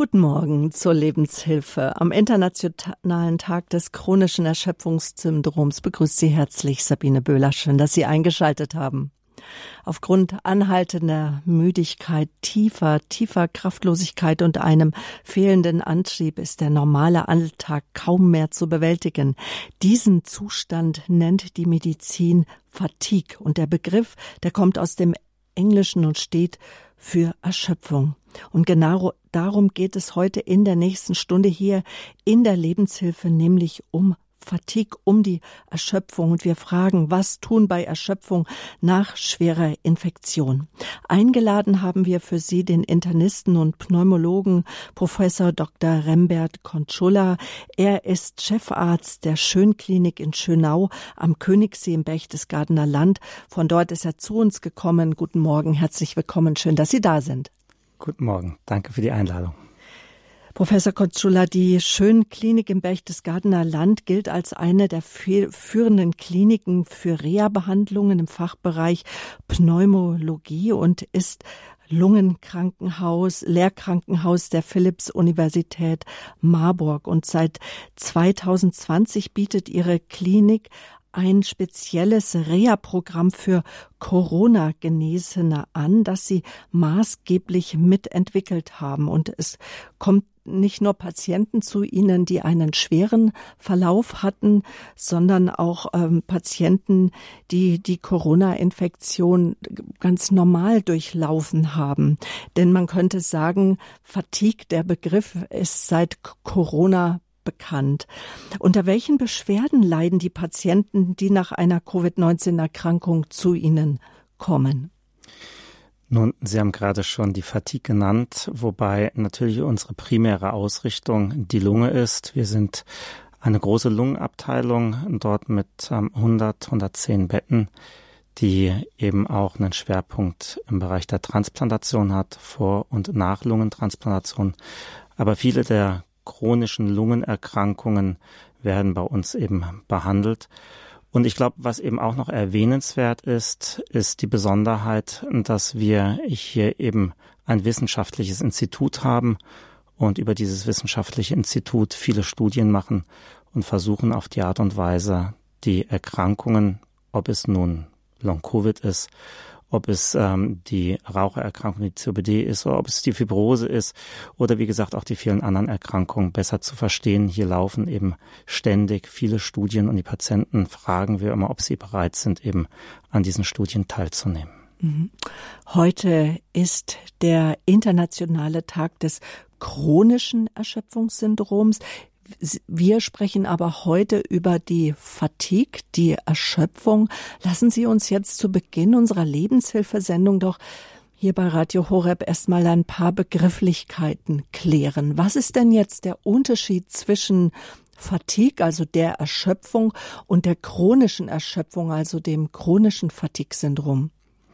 Guten Morgen zur Lebenshilfe. Am Internationalen Tag des chronischen Erschöpfungssyndroms begrüßt Sie herzlich Sabine Böhler. Schön, dass Sie eingeschaltet haben. Aufgrund anhaltender Müdigkeit, tiefer Kraftlosigkeit und einem fehlenden Antrieb ist der normale Alltag kaum mehr zu bewältigen. Diesen Zustand nennt die Medizin Fatigue und der Begriff, der kommt aus dem Englischen und steht für Erschöpfung. Und genau darum geht es heute in der nächsten Stunde hier in der Lebenshilfe, nämlich um Fatigue, um die Erschöpfung. Und wir fragen, was tun bei Erschöpfung nach schwerer Infektion? Eingeladen haben wir für Sie den Internisten und Pneumologen Professor Dr. Rembert Kontschulla. Er ist Chefarzt der Schönklinik in Schönau am Königssee im Berchtesgadener Land. Von dort ist er zu uns gekommen. Guten Morgen, herzlich willkommen. Schön, dass Sie da sind. Guten Morgen, danke für die Einladung. Professor Kontschulla, die Schönklinik im Berchtesgadener Land gilt als eine der führenden Kliniken für Reha-Behandlungen im Fachbereich Pneumologie und ist Lehrkrankenhaus der Philipps-Universität Marburg. Und seit 2020 bietet ihre Klinik ein spezielles Reha-Programm für Corona-Genesene an, das sie maßgeblich mitentwickelt haben. Und es kommt nicht nur Patienten zu Ihnen, die einen schweren Verlauf hatten, sondern auch Patienten, die die Corona-Infektion ganz normal durchlaufen haben. Denn man könnte sagen, Fatigue, der Begriff, ist seit Corona bekannt. Unter welchen Beschwerden leiden die Patienten, die nach einer Covid-19-Erkrankung zu Ihnen kommen? Nun, Sie haben gerade schon die Fatigue genannt, wobei natürlich unsere primäre Ausrichtung die Lunge ist. Wir sind eine große Lungenabteilung, dort mit 110 Betten, die eben auch einen Schwerpunkt im Bereich der Transplantation hat, vor und nach Lungentransplantation. Aber viele der chronischen Lungenerkrankungen werden bei uns eben behandelt. Und ich glaube, was eben auch noch erwähnenswert ist, ist die Besonderheit, dass wir hier eben ein wissenschaftliches Institut haben und über dieses wissenschaftliche Institut viele Studien machen und versuchen auf die Art und Weise die Erkrankungen, ob es nun Long-Covid ist, ob es die Rauchererkrankung, die COPD ist, oder ob es die Fibrose ist oder wie gesagt auch die vielen anderen Erkrankungen besser zu verstehen. Hier laufen eben ständig viele Studien und die Patienten fragen wir immer, ob sie bereit sind, eben an diesen Studien teilzunehmen. Heute ist der internationale Tag des chronischen Erschöpfungssyndroms. Wir sprechen aber heute über die Fatigue, die Erschöpfung. Lassen Sie uns jetzt zu Beginn unserer Lebenshilfesendung doch hier bei Radio Horeb erstmal ein paar Begrifflichkeiten klären. Was ist denn jetzt der Unterschied zwischen Fatigue, also der Erschöpfung, und der chronischen Erschöpfung, also dem chronischen Fatigue-Syndrom?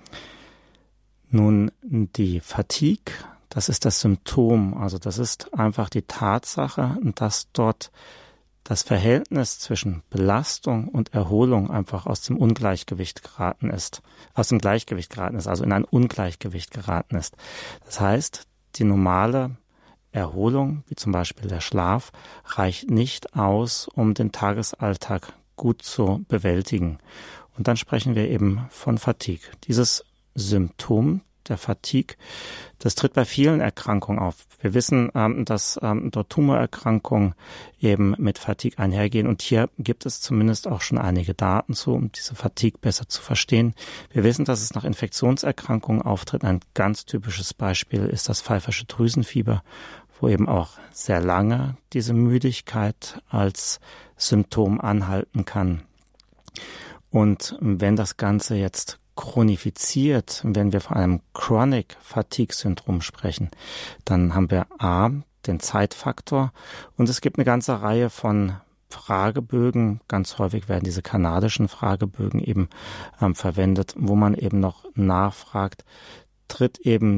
Nun, die Fatigue, das ist das Symptom, also das ist einfach die Tatsache, dass dort das Verhältnis zwischen Belastung und Erholung einfach aus dem Gleichgewicht geraten ist, also in ein Ungleichgewicht geraten ist. Das heißt, die normale Erholung, wie zum Beispiel der Schlaf, reicht nicht aus, um den Tagesalltag gut zu bewältigen. Und dann sprechen wir eben von Fatigue. Dieses Symptom der Fatigue, das tritt bei vielen Erkrankungen auf. Wir wissen, dass dort Tumorerkrankungen eben mit Fatigue einhergehen. Und hier gibt es zumindest auch schon einige Daten zu, um diese Fatigue besser zu verstehen. Wir wissen, dass es nach Infektionserkrankungen auftritt. Ein ganz typisches Beispiel ist das pfeifersche Drüsenfieber, wo eben auch sehr lange diese Müdigkeit als Symptom anhalten kann. Und wenn das Ganze jetzt chronifiziert, wenn wir von einem Chronic Fatigue Syndrom sprechen, dann haben wir A, den Zeitfaktor und es gibt eine ganze Reihe von Fragebögen, ganz häufig werden diese kanadischen Fragebögen eben verwendet, wo man eben noch nachfragt, tritt eben diese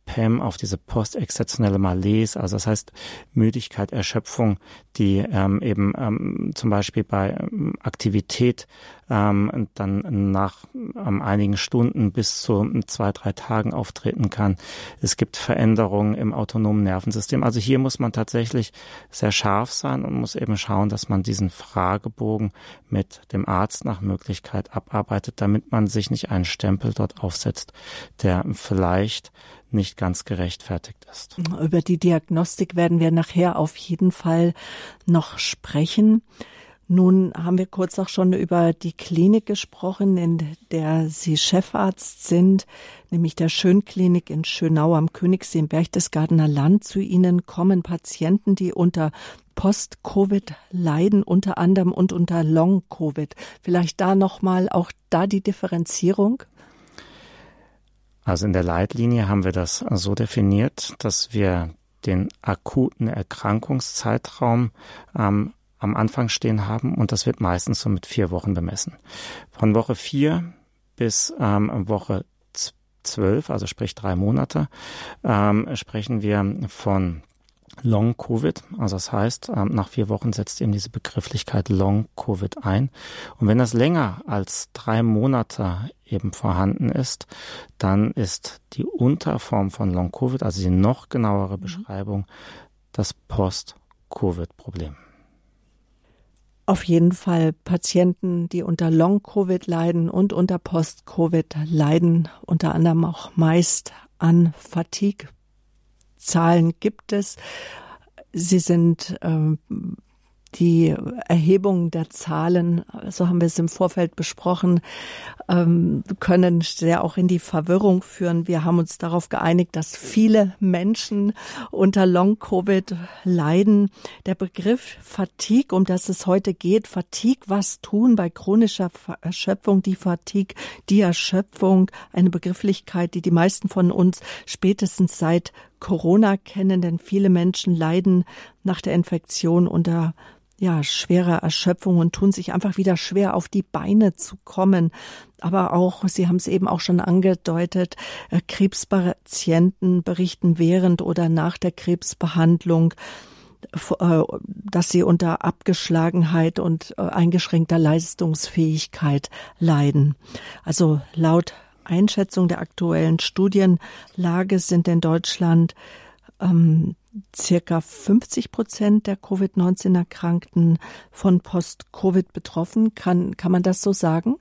PEM, auf diese postexzeptionelle Malaise, also das heißt Müdigkeit, Erschöpfung, die eben zum Beispiel bei Aktivität dann nach einigen Stunden bis zu 2-3 Tagen auftreten kann. Es gibt Veränderungen im autonomen Nervensystem. Also hier muss man tatsächlich sehr scharf sein und muss eben schauen, dass man diesen Fragebogen mit dem Arzt nach Möglichkeit abarbeitet, damit man sich nicht einen Stempel dort aufsetzt, der vielleicht nicht ganz gerechtfertigt ist. Über die Diagnostik werden wir nachher auf jeden Fall noch sprechen. Nun haben wir kurz auch schon über die Klinik gesprochen, in der Sie Chefarzt sind, nämlich der Schönklinik in Schönau am Königssee im Berchtesgadener Land. Zu Ihnen kommen Patienten, die unter Post-Covid leiden, unter anderem und unter Long-Covid. Vielleicht da nochmal auch da die Differenzierung? Also in der Leitlinie haben wir das so definiert, dass wir den akuten Erkrankungszeitraum am Anfang stehen haben und das wird meistens so mit 4 Wochen bemessen. Von Woche 4 bis Woche 12, also sprich 3 Monate, sprechen wir von Long-Covid, also das heißt, nach 4 Wochen setzt eben diese Begrifflichkeit Long-Covid ein. Und wenn das länger als 3 Monate eben vorhanden ist, dann ist die Unterform von Long-Covid, also die noch genauere Beschreibung, das Post-Covid-Problem. Auf jeden Fall Patienten, die unter Long-Covid leiden und unter Post-Covid leiden, unter anderem auch meist an Fatigue. Zahlen gibt es. Sie sind die Erhebung der Zahlen, so haben wir es im Vorfeld besprochen, können sehr auch in die Verwirrung führen. Wir haben uns darauf geeinigt, dass viele Menschen unter Long-Covid leiden. Der Begriff Fatigue, um das es heute geht, Fatigue, was tun bei chronischer Erschöpfung, die Fatigue, die Erschöpfung, eine Begrifflichkeit, die die meisten von uns spätestens seit Corona kennen, denn viele Menschen leiden nach der Infektion unter schwerer Erschöpfung und tun sich einfach wieder schwer, auf die Beine zu kommen. Aber auch, Sie haben es eben auch schon angedeutet, Krebspatienten berichten während oder nach der Krebsbehandlung, dass sie unter Abgeschlagenheit und eingeschränkter Leistungsfähigkeit leiden. Also laut Einschätzung der aktuellen Studienlage sind in Deutschland circa 50% der Covid-19-Erkrankten von Post-Covid betroffen. Kann man das so sagen?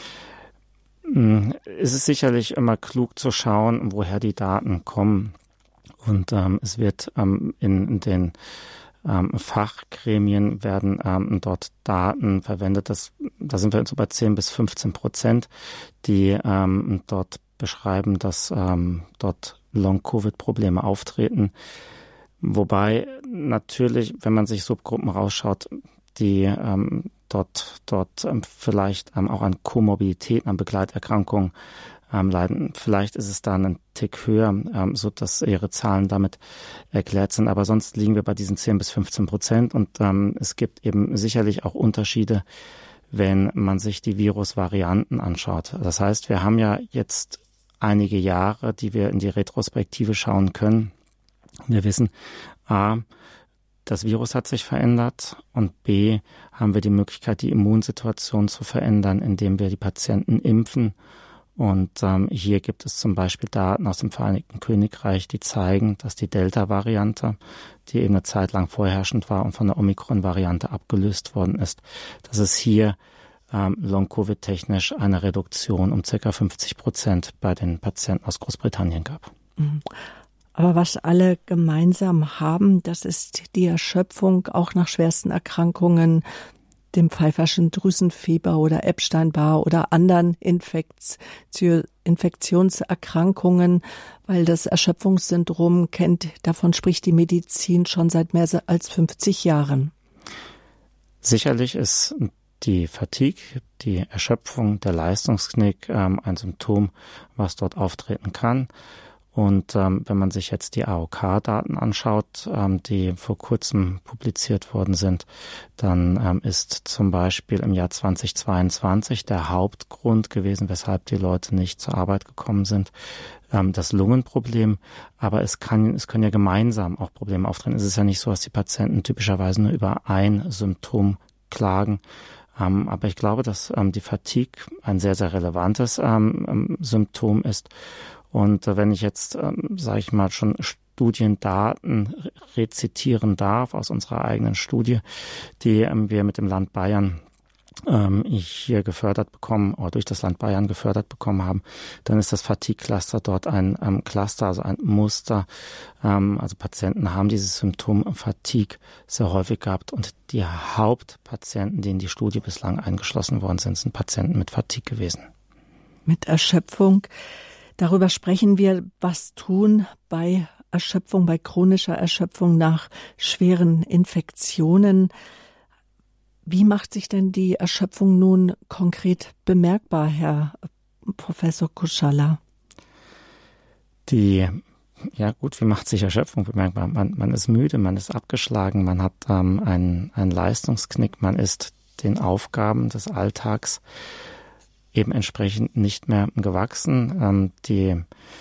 Es ist sicherlich immer klug zu schauen, woher die Daten kommen. Und es wird in den Fachgremien werden dort Daten verwendet. Da sind wir so bei 10-15%, die dort beschreiben, dass dort Long-Covid-Probleme auftreten. Wobei natürlich, wenn man sich Subgruppen rausschaut, die dort vielleicht auch an Komorbiditäten, an Begleiterkrankungen leiden. Vielleicht ist es da ein Tick höher, so dass ihre Zahlen damit erklärt sind. Aber sonst liegen wir bei diesen 10-15%. Und es gibt eben sicherlich auch Unterschiede, wenn man sich die Virusvarianten anschaut. Das heißt, wir haben ja jetzt einige Jahre, die wir in die Retrospektive schauen können. Wir wissen, A, das Virus hat sich verändert und B, haben wir die Möglichkeit, die Immunsituation zu verändern, indem wir die Patienten impfen. Und hier gibt es zum Beispiel Daten aus dem Vereinigten Königreich, die zeigen, dass die Delta-Variante, die eben eine Zeit lang vorherrschend war und von der Omikron-Variante abgelöst worden ist, dass es hier Long-Covid-technisch eine Reduktion um ca. 50% bei den Patienten aus Großbritannien gab. Aber was alle gemeinsam haben, das ist die Erschöpfung auch nach schwersten Erkrankungen, dem Pfeifferschen Drüsenfieber oder Epstein-Barr oder anderen Infektionserkrankungen, weil das Erschöpfungssyndrom davon spricht die Medizin schon seit mehr als 50 Jahren. Sicherlich ist die Fatigue, die Erschöpfung, der Leistungsknick ein Symptom, was dort auftreten kann. Und wenn man sich jetzt die AOK-Daten anschaut, die vor kurzem publiziert worden sind, dann ist zum Beispiel im Jahr 2022 der Hauptgrund gewesen, weshalb die Leute nicht zur Arbeit gekommen sind, das Lungenproblem. Aber es können ja gemeinsam auch Probleme auftreten. Es ist ja nicht so, dass die Patienten typischerweise nur über ein Symptom klagen. Aber ich glaube, dass die Fatigue ein sehr, sehr relevantes Symptom ist. Und wenn ich jetzt, sage ich mal, schon Studiendaten rezitieren darf aus unserer eigenen Studie, die wir mit dem Land Bayern hier gefördert bekommen oder durch das Land Bayern gefördert bekommen haben, dann ist das Fatigue-Cluster dort ein Cluster, also ein Muster. Also Patienten haben dieses Symptom Fatigue sehr häufig gehabt und die Hauptpatienten, die in die Studie bislang eingeschlossen worden sind Patienten mit Fatigue gewesen. Mit Erschöpfung. Darüber sprechen wir, was tun bei Erschöpfung, bei chronischer Erschöpfung nach schweren Infektionen. Wie macht sich denn die Erschöpfung nun konkret bemerkbar, Herr Professor Kuschalla? Wie macht sich Erschöpfung bemerkbar? Man ist müde, man ist abgeschlagen, man hat einen Leistungsknick, man ist den Aufgaben des Alltags eben entsprechend nicht mehr gewachsen. Die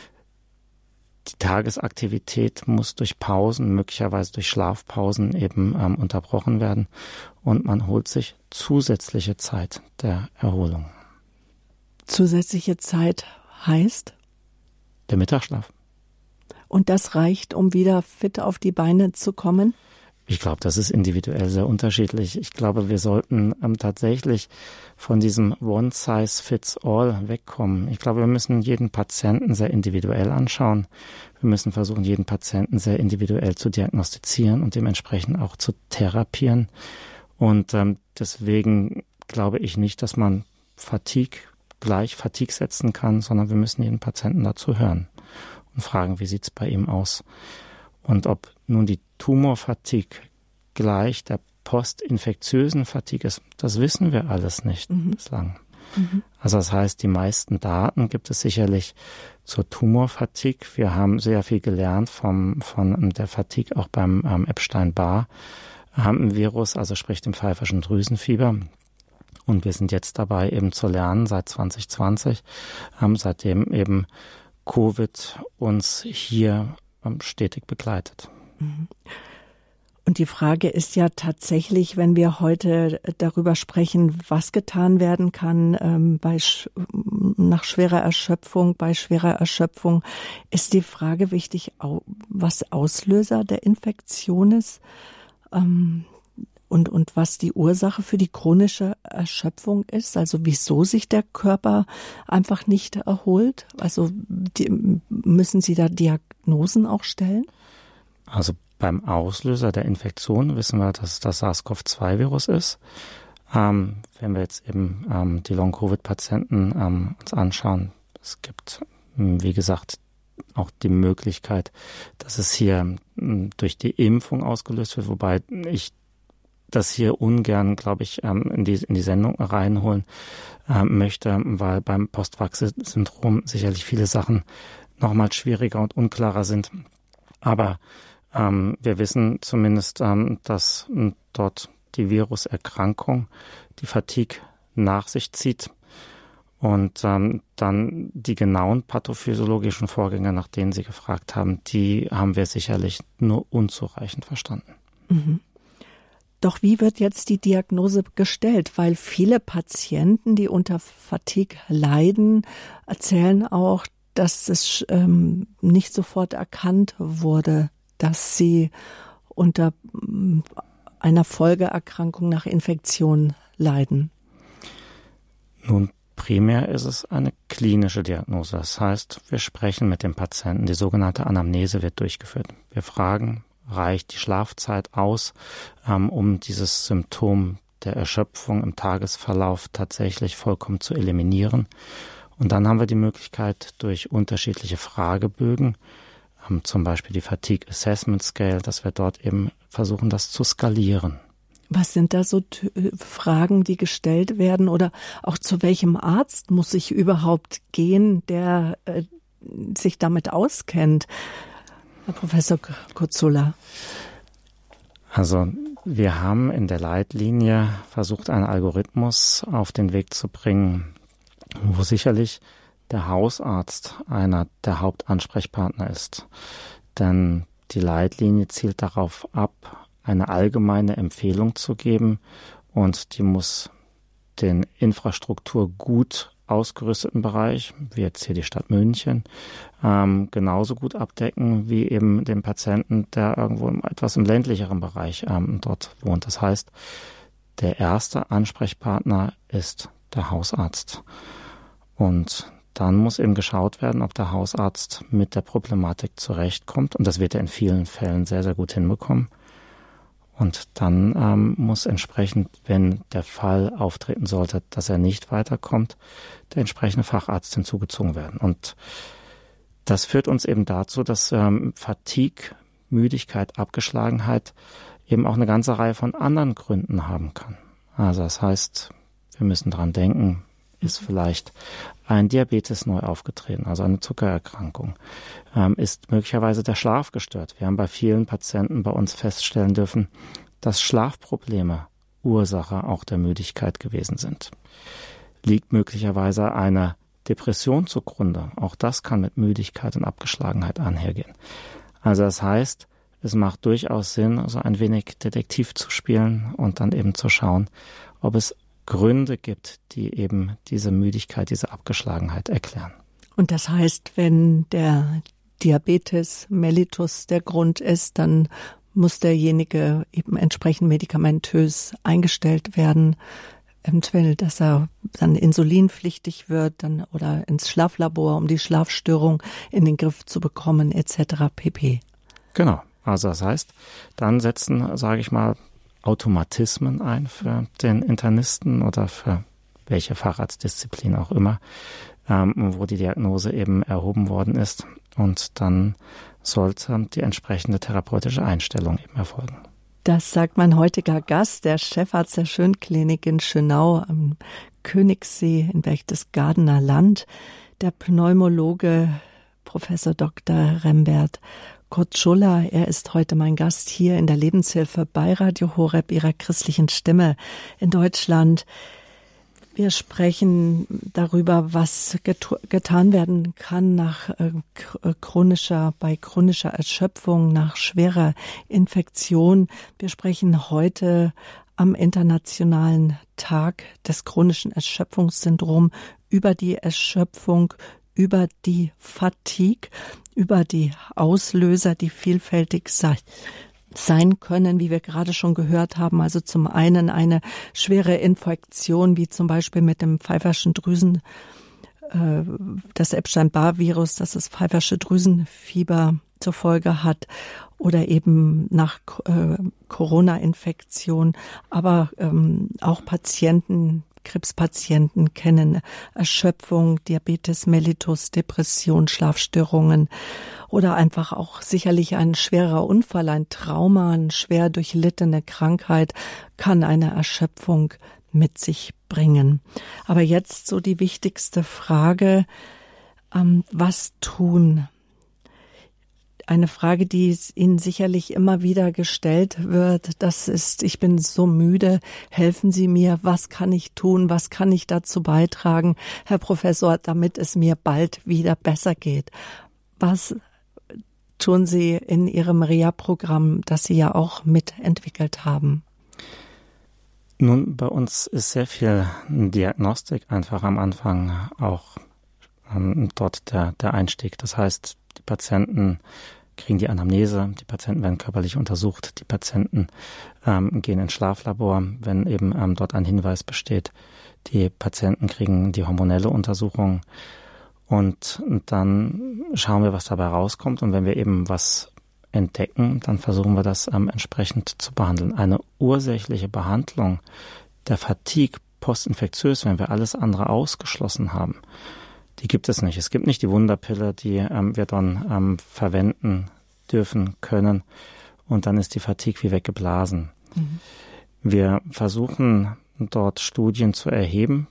Tagesaktivität muss durch Pausen, möglicherweise durch Schlafpausen eben unterbrochen werden und man holt sich zusätzliche Zeit der Erholung. Zusätzliche Zeit heißt? Der Mittagsschlaf. Und das reicht, um wieder fit auf die Beine zu kommen? Ich glaube, das ist individuell sehr unterschiedlich. Ich glaube, wir sollten tatsächlich von diesem One-Size-Fits-All wegkommen. Ich glaube, wir müssen jeden Patienten sehr individuell anschauen. Wir müssen versuchen, jeden Patienten sehr individuell zu diagnostizieren und dementsprechend auch zu therapieren. Und deswegen glaube ich nicht, dass man Fatigue gleich Fatigue setzen kann, sondern wir müssen jeden Patienten dazu hören und fragen, wie sieht's bei ihm aus? Und ob nun die Tumorfatigue gleich der postinfektiösen Fatigue ist, das wissen wir alles nicht bislang. Also das heißt, die meisten Daten gibt es sicherlich zur Tumorfatigue. Wir haben sehr viel gelernt von der Fatigue auch beim Epstein-Barr-Virus, also sprich dem pfeiferschen Drüsenfieber. Und wir sind jetzt dabei eben zu lernen seit 2020, seitdem eben Covid uns hier stetig begleitet. Und die Frage ist ja tatsächlich, wenn wir heute darüber sprechen, was getan werden kann nach schwerer Erschöpfung, bei schwerer Erschöpfung, ist die Frage wichtig, was Auslöser der Infektion ist und was die Ursache für die chronische Erschöpfung ist, also wieso sich der Körper einfach nicht erholt. Also müssen Sie da Diagnosen auch stellen? Also beim Auslöser der Infektion wissen wir, dass es das SARS-CoV-2-Virus ist. Wenn wir jetzt eben die Long-Covid-Patienten uns anschauen, es gibt, wie gesagt, auch die Möglichkeit, dass es hier durch die Impfung ausgelöst wird, wobei ich das hier ungern, glaube ich, in die Sendung reinholen möchte, weil beim Post-Vax-Syndrom sicherlich viele Sachen nochmal schwieriger und unklarer sind. Aber wir wissen zumindest, dass dort die Viruserkrankung die Fatigue nach sich zieht und dann die genauen pathophysiologischen Vorgänge, nach denen Sie gefragt haben, die haben wir sicherlich nur unzureichend verstanden. Mhm. Doch wie wird jetzt die Diagnose gestellt? Weil viele Patienten, die unter Fatigue leiden, erzählen auch, dass es nicht sofort erkannt wurde, dass sie unter einer Folgeerkrankung nach Infektion leiden. Nun, primär ist es eine klinische Diagnose. Das heißt, wir sprechen mit dem Patienten. Die sogenannte Anamnese wird durchgeführt. Wir fragen, reicht die Schlafzeit aus, um dieses Symptom der Erschöpfung im Tagesverlauf tatsächlich vollkommen zu eliminieren. Und dann haben wir die Möglichkeit, durch unterschiedliche Fragebögen, zum Beispiel die Fatigue Assessment Scale, dass wir dort eben versuchen, das zu skalieren. Was sind da so Fragen, die gestellt werden? Oder auch zu welchem Arzt muss ich überhaupt gehen, der sich damit auskennt. Herr Professor Kotzula. Also wir haben in der Leitlinie versucht, einen Algorithmus auf den Weg zu bringen, wo sicherlich der Hausarzt einer der Hauptansprechpartner ist. Denn die Leitlinie zielt darauf ab, eine allgemeine Empfehlung zu geben, und die muss den Infrastruktur gut ausgerüsteten Bereich, wie jetzt hier die Stadt München, genauso gut abdecken wie eben den Patienten, der irgendwo etwas im ländlicheren Bereich dort wohnt. Das heißt, der erste Ansprechpartner ist der Hausarzt. Und dann muss eben geschaut werden, ob der Hausarzt mit der Problematik zurechtkommt. Und das wird er in vielen Fällen sehr, sehr gut hinbekommen. Und dann muss entsprechend, wenn der Fall auftreten sollte, dass er nicht weiterkommt, der entsprechende Facharzt hinzugezogen werden. Und das führt uns eben dazu, dass Fatigue, Müdigkeit, Abgeschlagenheit eben auch eine ganze Reihe von anderen Gründen haben kann. Also das heißt, wir müssen dran denken, ist vielleicht ein Diabetes neu aufgetreten, also eine Zuckererkrankung, ist möglicherweise der Schlaf gestört. Wir haben bei vielen Patienten bei uns feststellen dürfen, dass Schlafprobleme Ursache auch der Müdigkeit gewesen sind. Liegt möglicherweise eine Depression zugrunde? Auch das kann mit Müdigkeit und Abgeschlagenheit einhergehen. Also das heißt, es macht durchaus Sinn, so ein wenig Detektiv zu spielen und dann eben zu schauen, ob es Gründe gibt, die eben diese Müdigkeit, diese Abgeschlagenheit erklären. Und das heißt, wenn der Diabetes mellitus der Grund ist, dann muss derjenige eben entsprechend medikamentös eingestellt werden, eventuell, dass er dann insulinpflichtig wird dann oder ins Schlaflabor, um die Schlafstörung in den Griff zu bekommen, etc. pp. Genau, also das heißt, dann setzen, sage ich mal, Automatismen ein für den Internisten oder für welche Facharztdisziplin auch immer, wo die Diagnose eben erhoben worden ist. Und dann sollte die entsprechende therapeutische Einstellung eben erfolgen. Das sagt mein heutiger Gast, der Chefarzt der Schönklinik in Schönau am Königssee in Berchtesgadener Land, der Pneumologe Professor Dr. Rembert Kotzula. Er ist heute mein Gast hier in der Lebenshilfe bei Radio Horeb, ihrer christlichen Stimme in Deutschland. Wir sprechen darüber, was getan werden kann nach bei chronischer Erschöpfung, nach schwerer Infektion. Wir sprechen heute am Internationalen Tag des chronischen Erschöpfungssyndroms über die Erschöpfung, über die Fatigue, über die Auslöser, die vielfältig sein können, wie wir gerade schon gehört haben. Also zum einen eine schwere Infektion, wie zum Beispiel mit dem Pfeifferschen Drüsen, das Epstein-Barr-Virus, das das Pfeiffersche Drüsenfieber zur Folge hat, oder eben nach Corona-Infektion, aber auch Krebspatienten kennen Erschöpfung, Diabetes mellitus, Depression, Schlafstörungen oder einfach auch sicherlich ein schwerer Unfall, ein Trauma, eine schwer durchlittene Krankheit kann eine Erschöpfung mit sich bringen. Aber jetzt so die wichtigste Frage, was tun? Eine Frage, die Ihnen sicherlich immer wieder gestellt wird, das ist: Ich bin so müde, helfen Sie mir, was kann ich tun, was kann ich dazu beitragen, Herr Professor, damit es mir bald wieder besser geht? Was tun Sie in Ihrem Reha-Programm, das Sie ja auch mitentwickelt haben? Nun, bei uns ist sehr viel Diagnostik einfach am Anfang auch dort der Einstieg. Das heißt, die Patienten kriegen die Anamnese, die Patienten werden körperlich untersucht, die Patienten gehen ins Schlaflabor, wenn eben dort ein Hinweis besteht. Die Patienten kriegen die hormonelle Untersuchung und dann schauen wir, was dabei rauskommt. Und wenn wir eben was entdecken, dann versuchen wir das entsprechend zu behandeln. Eine ursächliche Behandlung der Fatigue postinfektiös, wenn wir alles andere ausgeschlossen haben, die gibt es nicht. Es gibt nicht die Wunderpille, die wir dann verwenden dürfen können und dann ist die Fatigue wie weggeblasen. Mhm. Wir versuchen dort Studien zu erheben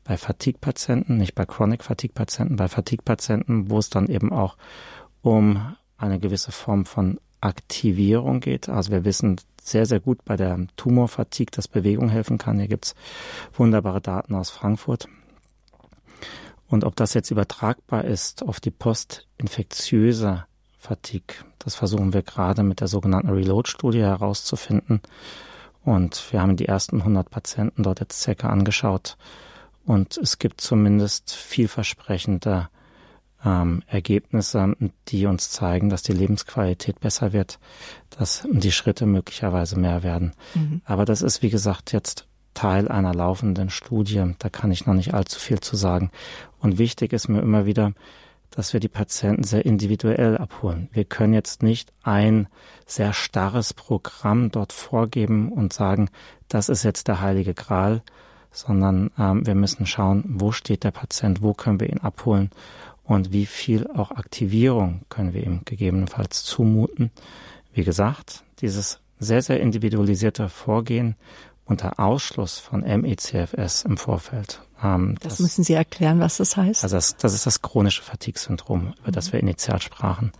bei Fatigue-Patienten, nicht bei Chronic-Fatigue-Patienten, bei Fatigue-Patienten, wo es dann eben auch um eine gewisse Form von Aktivierung geht. Also wir wissen sehr, sehr gut bei der Tumorfatigue, dass Bewegung helfen kann. Hier gibt's wunderbare Daten aus Frankfurt. Und ob das jetzt übertragbar ist auf die postinfektiöse Fatigue, das versuchen wir gerade mit der sogenannten Reload-Studie herauszufinden. Und wir haben die ersten 100 Patienten dort jetzt circa angeschaut. Und es gibt zumindest vielversprechende Ergebnisse, die uns zeigen, dass die Lebensqualität besser wird, dass die Schritte möglicherweise mehr werden. Aber das ist, wie gesagt, jetzt Teil einer laufenden Studie. Da kann ich noch nicht allzu viel zu sagen. Und wichtig ist mir immer wieder, dass wir die Patienten sehr individuell abholen. Wir können jetzt nicht ein sehr starres Programm dort vorgeben und sagen, das ist jetzt der heilige Gral, sondern wir müssen schauen, wo steht der Patient, wo können wir ihn abholen und wie viel auch Aktivierung können wir ihm gegebenenfalls zumuten. Wie gesagt, dieses sehr, sehr individualisierte Vorgehen unter Ausschluss von ME/CFS im Vorfeld. Das müssen Sie erklären, was das heißt. Also das ist das chronische Fatigue-Syndrom, über das wir initial sprachen.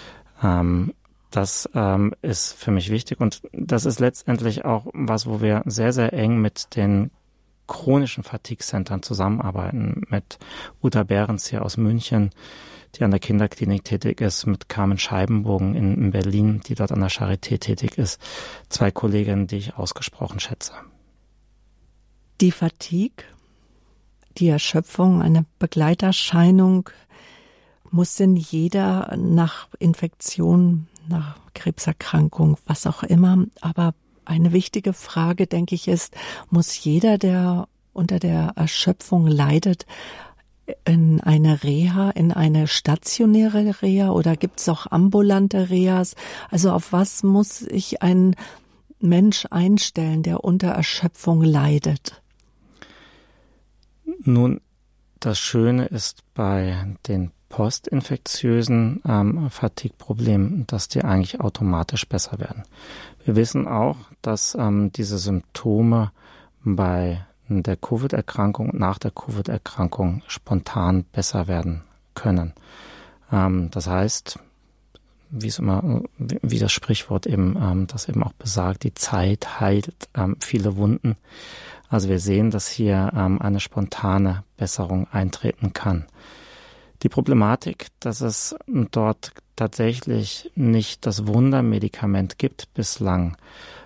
Das ist für mich wichtig und das ist letztendlich auch was, wo wir sehr, sehr eng mit den chronischen Fatigue-Centern zusammenarbeiten, mit Uta Behrens hier aus München, die an der Kinderklinik tätig ist, mit Carmen Scheibenbogen in Berlin, die dort an der Charité tätig ist. 2 Kolleginnen, die ich ausgesprochen schätze. Die Fatigue, die Erschöpfung, eine Begleiterscheinung, muss denn jeder nach Infektion, nach Krebserkrankung, was auch immer, aber eine wichtige Frage, denke ich, ist, muss jeder, der unter der Erschöpfung leidet, in eine Reha, in eine stationäre Reha oder gibt es auch ambulante Rehas? Also auf was muss sich ein Mensch einstellen, der unter Erschöpfung leidet? Nun, das Schöne ist bei den postinfektiösen Fatigue-Problemen, dass die eigentlich automatisch besser werden. Wir wissen auch, dass diese Symptome bei der Covid-Erkrankung und nach der Covid-Erkrankung spontan besser werden können. Das heißt, wie das Sprichwort eben das eben auch besagt, die Zeit heilt viele Wunden. Also wir sehen, dass hier eine spontane Besserung eintreten kann. Die Problematik, dass es dort tatsächlich nicht das Wundermedikament gibt bislang,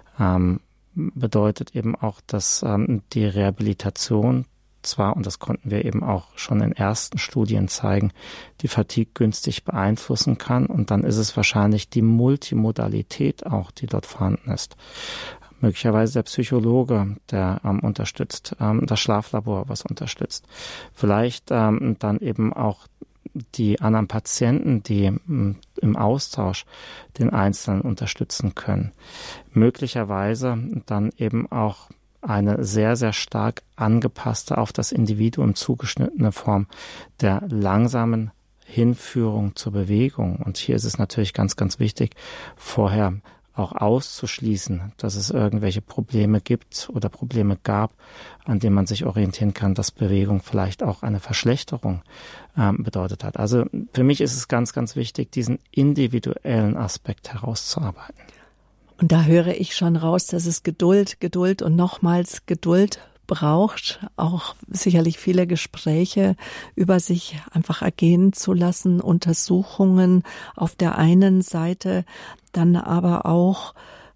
bedeutet eben auch, dass die Rehabilitation zwar, und das konnten wir eben auch schon in ersten Studien zeigen, die Fatigue günstig beeinflussen kann. Und dann ist es wahrscheinlich die Multimodalität auch, die dort vorhanden ist. Möglicherweise der Psychologe, der unterstützt, das Schlaflabor, was unterstützt. Vielleicht dann eben auch die anderen Patienten, die im Austausch den Einzelnen unterstützen können. Möglicherweise dann eben auch eine sehr, sehr stark angepasste, auf das Individuum zugeschnittene Form der langsamen Hinführung zur Bewegung. Und hier ist es natürlich ganz, ganz wichtig, vorher auch auszuschließen, dass es irgendwelche Probleme gibt oder Probleme gab, an denen man sich orientieren kann, dass Bewegung vielleicht auch eine Verschlechterung bedeutet hat. Also für mich ist es ganz, ganz wichtig, diesen individuellen Aspekt herauszuarbeiten. Und da höre ich schon raus, dass es Geduld und nochmals Geduld braucht, auch sicherlich viele Gespräche über sich einfach ergehen zu lassen, Untersuchungen auf der einen Seite, dann aber auch,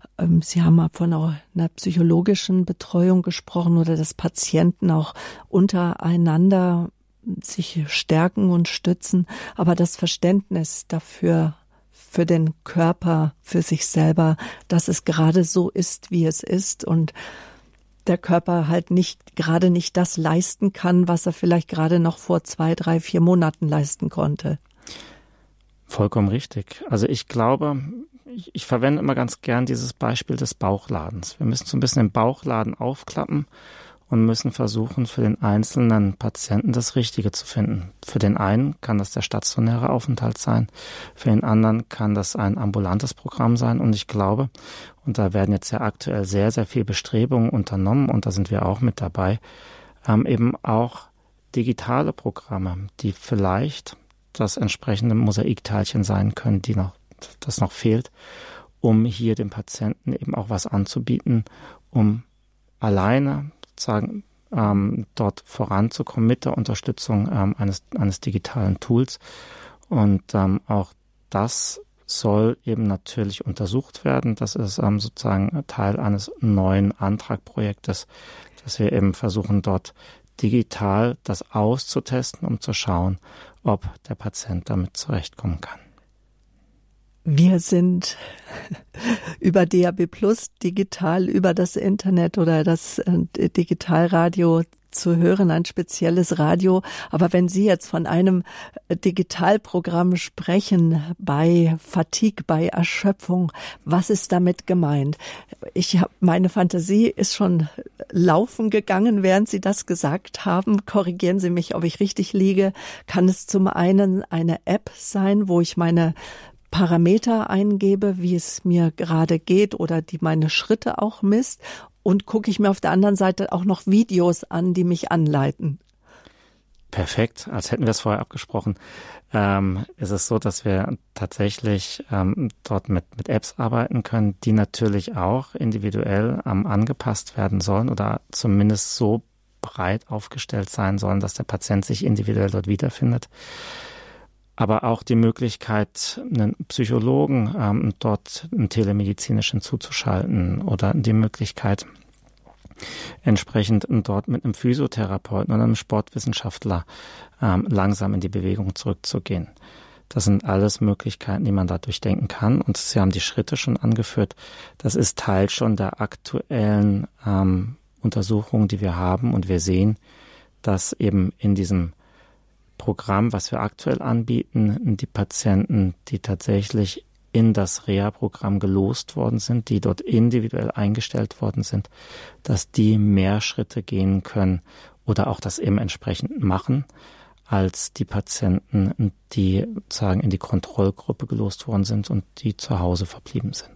Sie haben mal von einer psychologischen Betreuung gesprochen oder dass Patienten auch untereinander sich stärken und stützen, aber das Verständnis dafür, für den Körper, für sich selber, dass es gerade so ist, wie es ist und der Körper halt gerade nicht das leisten kann, was er vielleicht gerade noch vor 2, 3, 4 Monaten leisten konnte. Vollkommen richtig. Also ich glaube, ich verwende immer ganz gern dieses Beispiel des Bauchladens. Wir müssen so ein bisschen den Bauchladen aufklappen und müssen versuchen, für den einzelnen Patienten das Richtige zu finden. Für den einen kann das der stationäre Aufenthalt sein, für den anderen kann das ein ambulantes Programm sein. Und ich glaube, und da werden jetzt ja aktuell sehr, sehr viel Bestrebungen unternommen und da sind wir auch mit dabei, eben auch digitale Programme, die vielleicht das entsprechende Mosaikteilchen sein können, das noch fehlt, um hier dem Patienten eben auch was anzubieten, um alleine sozusagen dort voranzukommen mit der Unterstützung eines digitalen Tools. Und auch das soll eben natürlich untersucht werden. Das ist sozusagen Teil eines neuen Antragprojektes, dass wir eben versuchen, dort digital das auszutesten, um zu schauen, ob der Patient damit zurechtkommen kann. Wir sind über DAB+ digital, über das Internet oder das Digitalradio zu hören, ein spezielles Radio. Aber wenn Sie jetzt von einem Digitalprogramm sprechen, bei Fatigue, bei Erschöpfung, was ist damit gemeint? Meine Fantasie ist schon laufen gegangen, während Sie das gesagt haben. Korrigieren Sie mich, ob ich richtig liege. Kann es zum einen eine App sein, wo ich meine Parameter eingebe, wie es mir gerade geht oder die meine Schritte auch misst? Und gucke ich mir auf der anderen Seite auch noch Videos an, die mich anleiten. Perfekt, als hätten wir es vorher abgesprochen. Es ist so, dass wir tatsächlich dort mit Apps arbeiten können, die natürlich auch individuell angepasst werden sollen oder zumindest so breit aufgestellt sein sollen, dass der Patient sich individuell dort wiederfindet. Aber auch die Möglichkeit, einen Psychologen dort einen telemedizinischen zuzuschalten oder die Möglichkeit, entsprechend dort mit einem Physiotherapeuten oder einem Sportwissenschaftler langsam in die Bewegung zurückzugehen. Das sind alles Möglichkeiten, die man da durchdenken kann. Und Sie haben die Schritte schon angeführt. Das ist Teil schon der aktuellen Untersuchungen, die wir haben. Und wir sehen, dass eben in diesem Programm, was wir aktuell anbieten, die Patienten, die tatsächlich in das Reha-Programm gelost worden sind, die dort individuell eingestellt worden sind, dass die mehr Schritte gehen können oder auch das eben entsprechend machen, als die Patienten, die sozusagen in die Kontrollgruppe gelost worden sind und die zu Hause verblieben sind.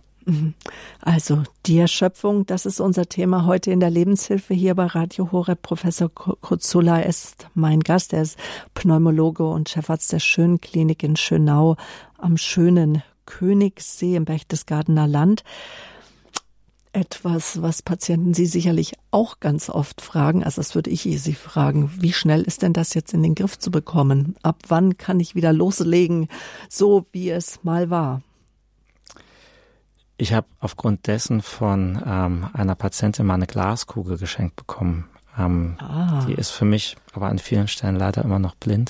Also die Erschöpfung, das ist unser Thema heute in der Lebenshilfe hier bei Radio Horeb. Professor Kurt Sulla ist mein Gast. Er ist Pneumologe und Chefarzt der Schönklinik in Schönau am schönen Königssee im Berchtesgadener Land. Etwas, was Patienten Sie sicherlich auch ganz oft fragen, also das würde ich Sie fragen, wie schnell ist denn das jetzt in den Griff zu bekommen? Ab wann kann ich wieder loslegen, so wie es mal war? Ich habe aufgrund dessen von einer Patientin mal eine Glaskugel geschenkt bekommen. Die ist für mich aber an vielen Stellen leider immer noch blind.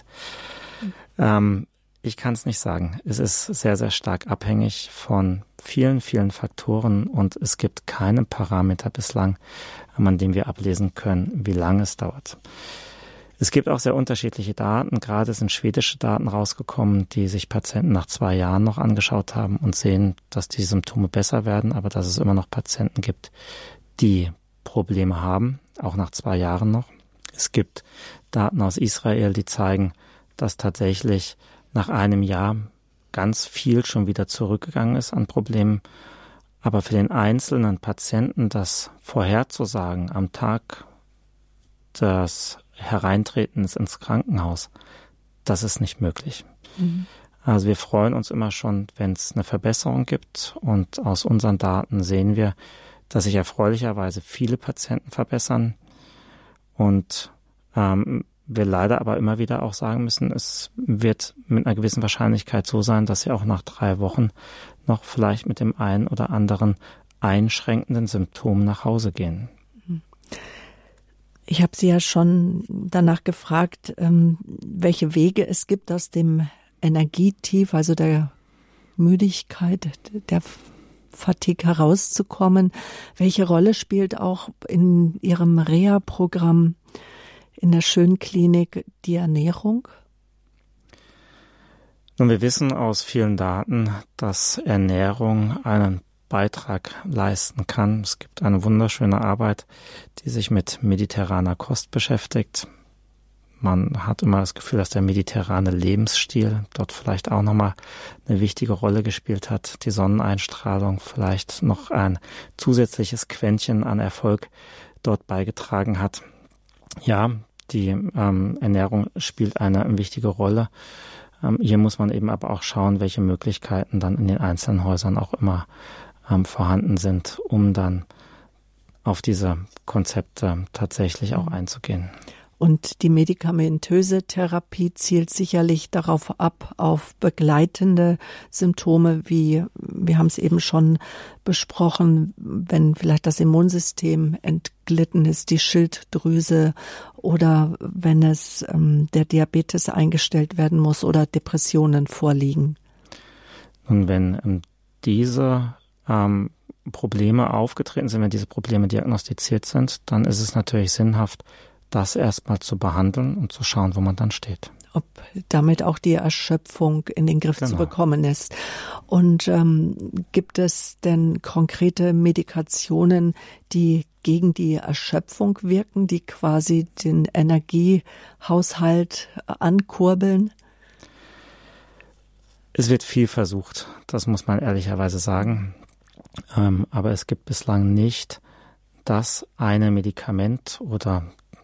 Ich kann es nicht sagen. Es ist sehr, sehr stark abhängig von vielen, vielen Faktoren und es gibt keinen Parameter bislang, an dem wir ablesen können, wie lange es dauert. Es gibt auch sehr unterschiedliche Daten. Gerade sind schwedische Daten rausgekommen, die sich Patienten nach 2 Jahren noch angeschaut haben und sehen, dass die Symptome besser werden, aber dass es immer noch Patienten gibt, die Probleme haben, auch nach 2 Jahren noch. Es gibt Daten aus Israel, die zeigen, dass tatsächlich nach einem Jahr ganz viel schon wieder zurückgegangen ist an Problemen. Aber für den einzelnen Patienten das vorherzusagen am Tag des Hereintretens ins Krankenhaus, das ist nicht möglich. Also wir freuen uns immer schon, wenn es eine Verbesserung gibt. Und aus unseren Daten sehen wir, dass sich erfreulicherweise viele Patienten verbessern. Und wir leider aber immer wieder auch sagen müssen, es wird mit einer gewissen Wahrscheinlichkeit so sein, dass sie auch nach 3 Wochen noch vielleicht mit dem einen oder anderen einschränkenden Symptom nach Hause gehen. Ich habe Sie ja schon danach gefragt, welche Wege es gibt aus dem Energietief, also der Müdigkeit, der Fatigue herauszukommen. Welche Rolle spielt auch in Ihrem Reha-Programm in der Schönklinik die Ernährung? Nun, wir wissen aus vielen Daten, dass Ernährung einen Beitrag leisten kann. Es gibt eine wunderschöne Arbeit, die sich mit mediterraner Kost beschäftigt. Man hat immer das Gefühl, dass der mediterrane Lebensstil dort vielleicht auch nochmal eine wichtige Rolle gespielt hat. Die Sonneneinstrahlung vielleicht noch ein zusätzliches Quäntchen an Erfolg dort beigetragen hat. Ja, die Ernährung spielt eine wichtige Rolle. Hier muss man eben aber auch schauen, welche Möglichkeiten dann in den einzelnen Häusern auch immer vorhanden sind, um dann auf diese Konzepte tatsächlich auch einzugehen. Und die medikamentöse Therapie zielt sicherlich darauf ab, auf begleitende Symptome, wie wir haben es eben schon besprochen, wenn vielleicht das Immunsystem entglitten ist, die Schilddrüse oder wenn es der Diabetes eingestellt werden muss oder Depressionen vorliegen. Und wenn diese Probleme aufgetreten sind, wenn diese Probleme diagnostiziert sind, dann ist es natürlich sinnhaft, das erstmal zu behandeln und zu schauen, wo man dann steht. Ob damit auch die Erschöpfung in den Griff zu bekommen ist. Und gibt es denn konkrete Medikationen, die gegen die Erschöpfung wirken, die quasi den Energiehaushalt ankurbeln? Es wird viel versucht, das muss man ehrlicherweise sagen. Aber es gibt bislang nicht das eine Medikament oder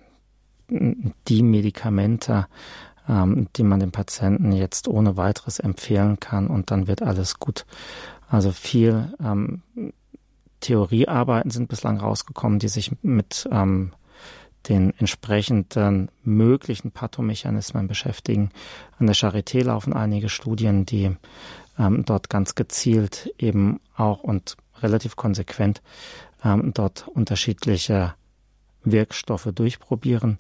die Medikamente, die man dem Patienten jetzt ohne weiteres empfehlen kann und dann wird alles gut. Also viel Theoriearbeiten sind bislang rausgekommen, die sich mit den entsprechenden möglichen Pathomechanismen beschäftigen. An der Charité laufen einige Studien, die dort ganz gezielt eben auch und relativ konsequent dort unterschiedliche Wirkstoffe durchprobieren.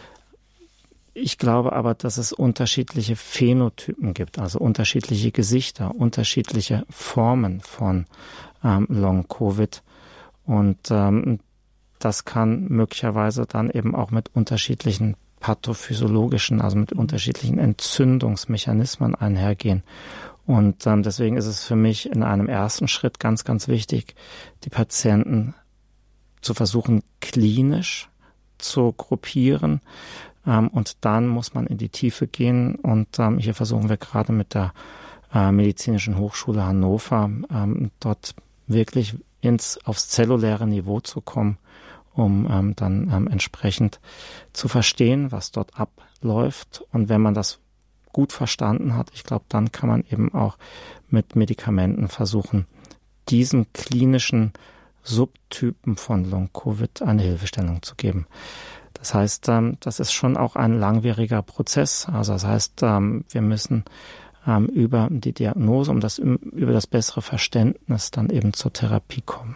Ich glaube aber, dass es unterschiedliche Phänotypen gibt, also unterschiedliche Gesichter, unterschiedliche Formen von Long-Covid. Und das kann möglicherweise dann eben auch mit unterschiedlichen pathophysiologischen, also mit unterschiedlichen Entzündungsmechanismen einhergehen. Und deswegen ist es für mich in einem ersten Schritt ganz, ganz wichtig, die Patienten zu versuchen, klinisch zu gruppieren. Und dann muss man in die Tiefe gehen. Und hier versuchen wir gerade mit der Medizinischen Hochschule Hannover dort wirklich aufs zelluläre Niveau zu kommen, um dann entsprechend zu verstehen, was dort abläuft. Und wenn man das gut verstanden hat, ich glaube, dann kann man eben auch mit Medikamenten versuchen, diesen klinischen Subtypen von Long-Covid eine Hilfestellung zu geben. Das heißt, das ist schon auch ein langwieriger Prozess. Also das heißt, wir müssen über die Diagnose, über das bessere Verständnis dann eben zur Therapie kommen.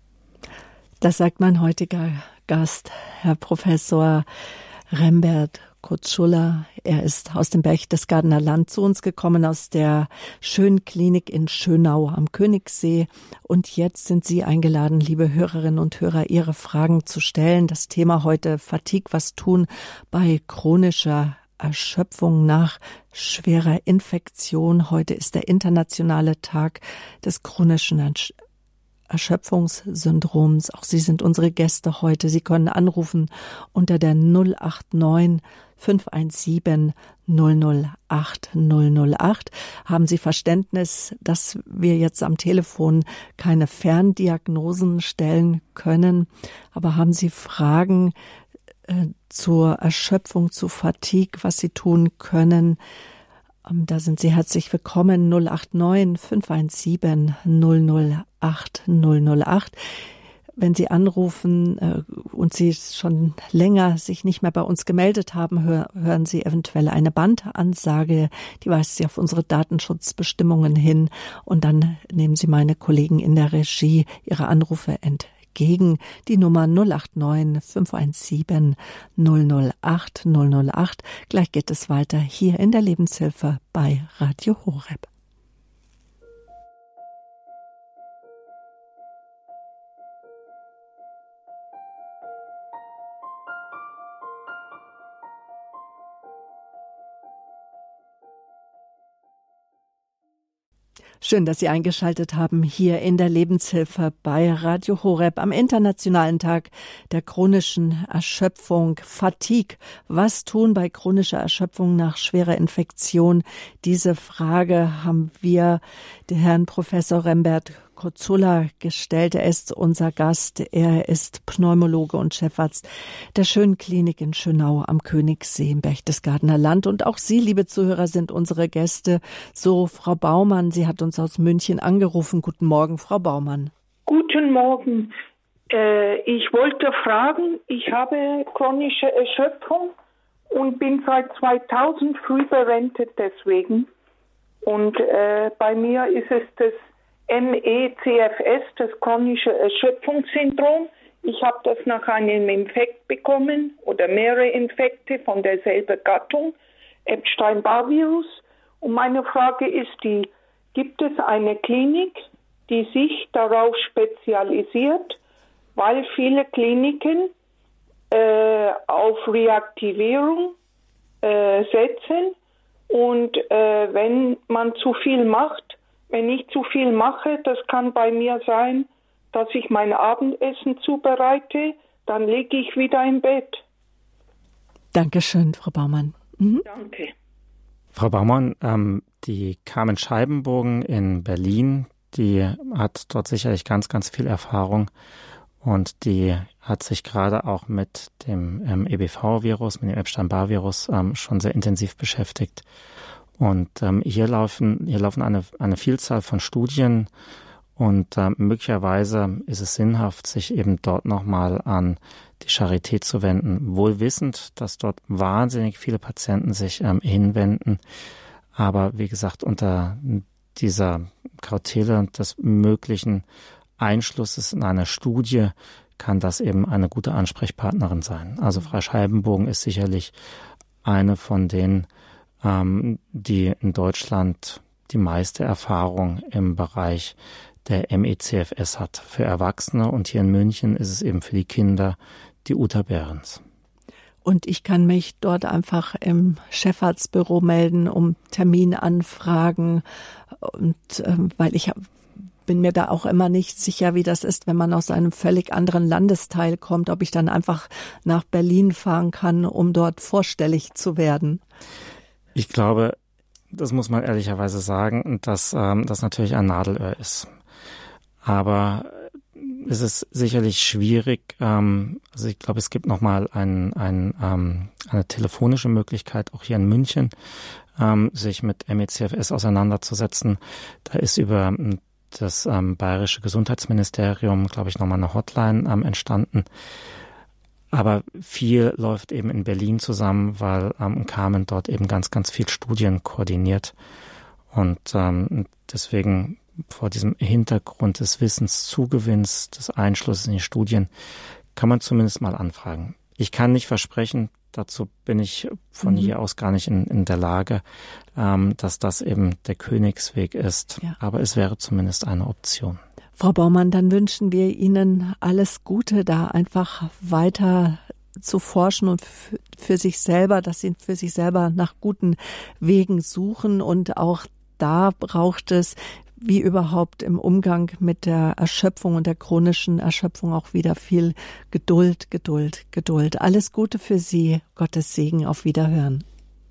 Das sagt mein heutiger Gast, Herr Professor Rembert Kotschulla. Er ist aus dem Berchtesgadener Land zu uns gekommen, aus der schönen Klinik in Schönau am Königssee. Und jetzt sind Sie eingeladen, liebe Hörerinnen und Hörer, Ihre Fragen zu stellen. Das Thema heute: Fatigue, was tun bei chronischer Erschöpfung nach schwerer Infektion. Heute ist der internationale Tag des chronischen Erschöpfungssyndroms. Auch Sie sind unsere Gäste heute. Sie können anrufen unter der 089 517 008 008. Haben Sie Verständnis, dass wir jetzt am Telefon keine Ferndiagnosen stellen können, aber haben Sie Fragen zur Erschöpfung, zu Fatigue, was Sie tun können? Da sind Sie herzlich willkommen. 089 517 008 008. Wenn Sie anrufen und Sie schon länger sich nicht mehr bei uns gemeldet haben, hören Sie eventuell eine Bandansage, die weist Sie auf unsere Datenschutzbestimmungen hin, und dann nehmen Sie meine Kollegen in der Regie Ihre Anrufe entgegen. Die Nummer 089 517 008 008. Gleich geht es weiter hier in der Lebenshilfe bei Radio Horeb. Schön, dass Sie eingeschaltet haben hier in der Lebenshilfe bei Radio Horeb am Internationalen Tag der chronischen Erschöpfung. Fatigue. Was tun bei chronischer Erschöpfung nach schwerer Infektion? Diese Frage haben wir den Herrn Professor Rembert Kozulla gestellt. Er ist unser Gast. Er ist Pneumologe und Chefarzt der Schönen Klinik in Schönau am Königssee im Berchtesgadener Land. Und auch Sie, liebe Zuhörer, sind unsere Gäste. So, Frau Baumann, sie hat uns aus München angerufen. Guten Morgen, Frau Baumann. Guten Morgen. Ich wollte fragen, ich habe chronische Erschöpfung und bin seit 2000 früh berentet deswegen. Und bei mir ist es das ME/CFS, das chronische Erschöpfungssyndrom. Ich habe das nach einem Infekt bekommen oder mehrere Infekte von derselben Gattung, Epstein-Barr-Virus. Und meine Frage ist gibt es eine Klinik, die sich darauf spezialisiert, weil viele Kliniken auf Reaktivierung setzen und wenn man zu viel macht, wenn ich zu viel mache, das kann bei mir sein, dass ich mein Abendessen zubereite, dann liege ich wieder im Bett. Dankeschön, Frau Baumann. Mhm. Danke. Frau Baumann, die Carmen Scheibenbogen in Berlin, die hat dort sicherlich ganz, ganz viel Erfahrung und die hat sich gerade auch mit dem EBV-Virus, mit dem Epstein-Barr-Virus schon sehr intensiv beschäftigt. Und hier laufen eine Vielzahl von Studien und möglicherweise ist es sinnhaft, sich eben dort nochmal an die Charité zu wenden, wohl wissend, dass dort wahnsinnig viele Patienten sich hinwenden. Aber wie gesagt, unter dieser Kautele des möglichen Einschlusses in einer Studie kann das eben eine gute Ansprechpartnerin sein. Also Frau Scheibenbogen ist sicherlich eine von denen, die in Deutschland die meiste Erfahrung im Bereich der ME/CFS hat für Erwachsene. Und hier in München ist es eben für die Kinder die Uta Behrens. Und ich kann mich dort einfach im Chefarztbüro melden, um Termin anfragen. Und weil ich bin mir da auch immer nicht sicher, wie das ist, wenn man aus einem völlig anderen Landesteil kommt, ob ich dann einfach nach Berlin fahren kann, um dort vorstellig zu werden. Ich glaube, das muss man ehrlicherweise sagen, dass das natürlich ein Nadelöhr ist. Aber es ist sicherlich schwierig. Also ich glaube, es gibt nochmal eine telefonische Möglichkeit, auch hier in München, sich mit ME/CFS auseinanderzusetzen. Da ist über das Bayerische Gesundheitsministerium, glaube ich, nochmal eine Hotline entstanden. Aber viel läuft eben in Berlin zusammen, weil Carmen dort eben ganz, ganz viel Studien koordiniert. Und deswegen vor diesem Hintergrund des Wissenszugewinns, des Einschlusses in die Studien, kann man zumindest mal anfragen. Ich kann nicht versprechen, dazu bin ich von hier aus gar nicht in der Lage, dass das eben der Königsweg ist. Ja. Aber es wäre zumindest eine Option. Frau Baumann, dann wünschen wir Ihnen alles Gute, da einfach weiter zu forschen und für sich selber, dass Sie für sich selber nach guten Wegen suchen. Und auch da braucht es, wie überhaupt im Umgang mit der Erschöpfung und der chronischen Erschöpfung, auch wieder viel Geduld. Alles Gute für Sie. Gottes Segen. Auf Wiederhören.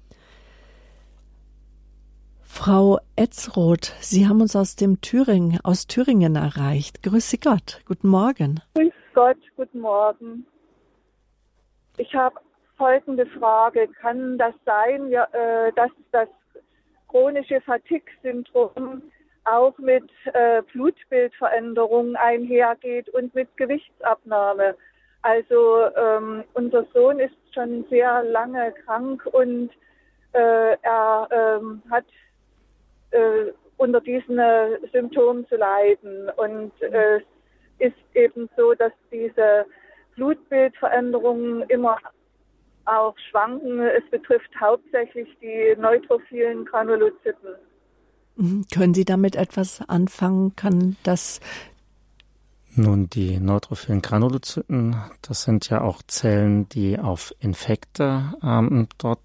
Frau Etzroth, Sie haben uns aus Thüringen erreicht. Grüße Gott, guten Morgen. Grüß Gott, guten Morgen. Ich habe folgende Frage. Kann das sein, dass das chronische Fatigue-Syndrom auch mit Blutbildveränderungen einhergeht und mit Gewichtsabnahme? Also unser Sohn ist schon sehr lange krank und er hat unter diesen Symptomen zu leiden. Und es ist eben so, dass diese Blutbildveränderungen immer auch schwanken. Es betrifft hauptsächlich die neutrophilen Granulozyten. Können Sie damit etwas anfangen? Kann das? Nun, die neutrophilen Granulozyten, das sind ja auch Zellen, die auf Infekte dort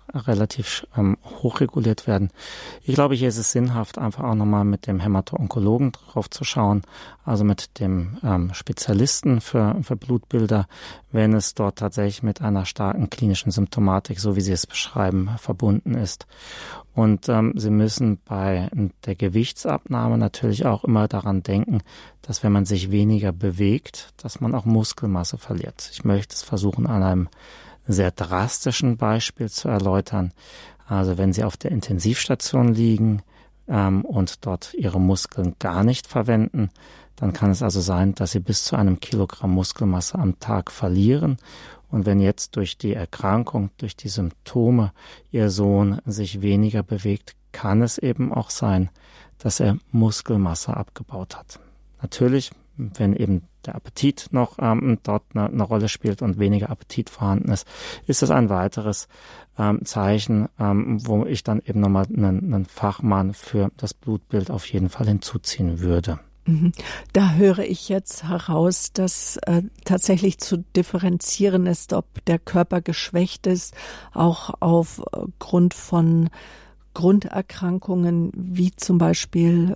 relativ hochreguliert werden. Ich glaube, hier ist es sinnhaft, einfach auch nochmal mit dem Hämato-Onkologen drauf zu schauen, also mit dem Spezialisten für Blutbilder, wenn es dort tatsächlich mit einer starken klinischen Symptomatik, so wie Sie es beschreiben, verbunden ist. Und Sie müssen bei der Gewichtsabnahme natürlich auch immer daran denken, dass wenn man sich weniger bewegt, dass man auch Muskelmasse verliert. Ich möchte es versuchen, an einem sehr drastischen Beispiel zu erläutern. Also wenn Sie auf der Intensivstation liegen und dort Ihre Muskeln gar nicht verwenden, dann kann es also sein, dass Sie bis zu 1 Kilogramm Muskelmasse am Tag verlieren. Und wenn jetzt durch die Erkrankung, durch die Symptome Ihr Sohn sich weniger bewegt, kann es eben auch sein, dass er Muskelmasse abgebaut hat. Natürlich, wenn eben der Appetit noch dort eine Rolle spielt und weniger Appetit vorhanden ist das ein weiteres Zeichen, wo ich dann eben nochmal einen Fachmann für das Blutbild auf jeden Fall hinzuziehen würde. Da höre ich jetzt heraus, dass tatsächlich zu differenzieren ist, ob der Körper geschwächt ist, auch aufgrund von Grunderkrankungen wie zum Beispiel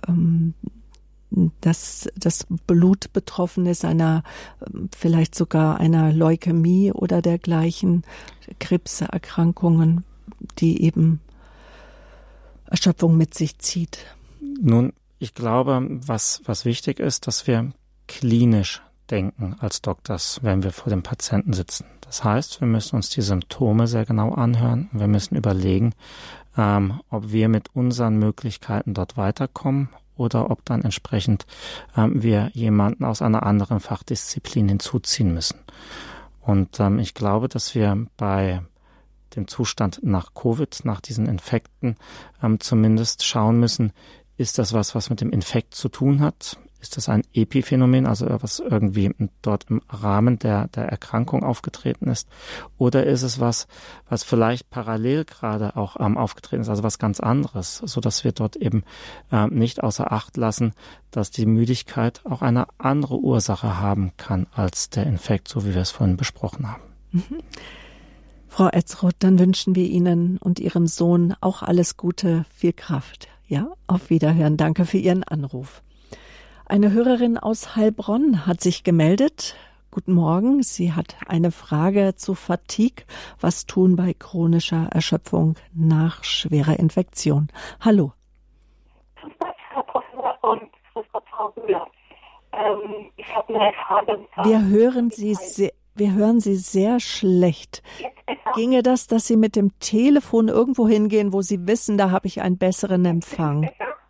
dass das Blut betroffen ist, vielleicht sogar einer Leukämie oder dergleichen, Krebserkrankungen, die eben Erschöpfung mit sich zieht. Nun, ich glaube, was wichtig ist, dass wir klinisch denken als Doktors, wenn wir vor dem Patienten sitzen. Das heißt, wir müssen uns die Symptome sehr genau anhören. Wir müssen überlegen, ob wir mit unseren Möglichkeiten dort weiterkommen oder ob dann entsprechend wir jemanden aus einer anderen Fachdisziplin hinzuziehen müssen. Und ich glaube, dass wir bei dem Zustand nach Covid, nach diesen Infekten, zumindest schauen müssen, ist das was mit dem Infekt zu tun hat? Ist das ein Epiphänomen, also was irgendwie dort im Rahmen der Erkrankung aufgetreten ist? Oder ist es was vielleicht parallel gerade auch aufgetreten ist, also was ganz anderes, so dass wir dort eben nicht außer Acht lassen, dass die Müdigkeit auch eine andere Ursache haben kann als der Infekt, so wie wir es vorhin besprochen haben. Mhm. Frau Etzroth, dann wünschen wir Ihnen und Ihrem Sohn auch alles Gute, viel Kraft. Ja, auf Wiederhören. Danke für Ihren Anruf. Eine Hörerin aus Heilbronn hat sich gemeldet. Guten Morgen. Sie hat eine Frage zu Fatigue. Was tun bei chronischer Erschöpfung nach schwerer Infektion? Hallo. Herr Professor und Frau Müller. Ich habe eine Frage. Wir hören Sie sehr schlecht. Ginge das, dass Sie mit dem Telefon irgendwo hingehen, wo Sie wissen, da habe ich einen besseren Empfang?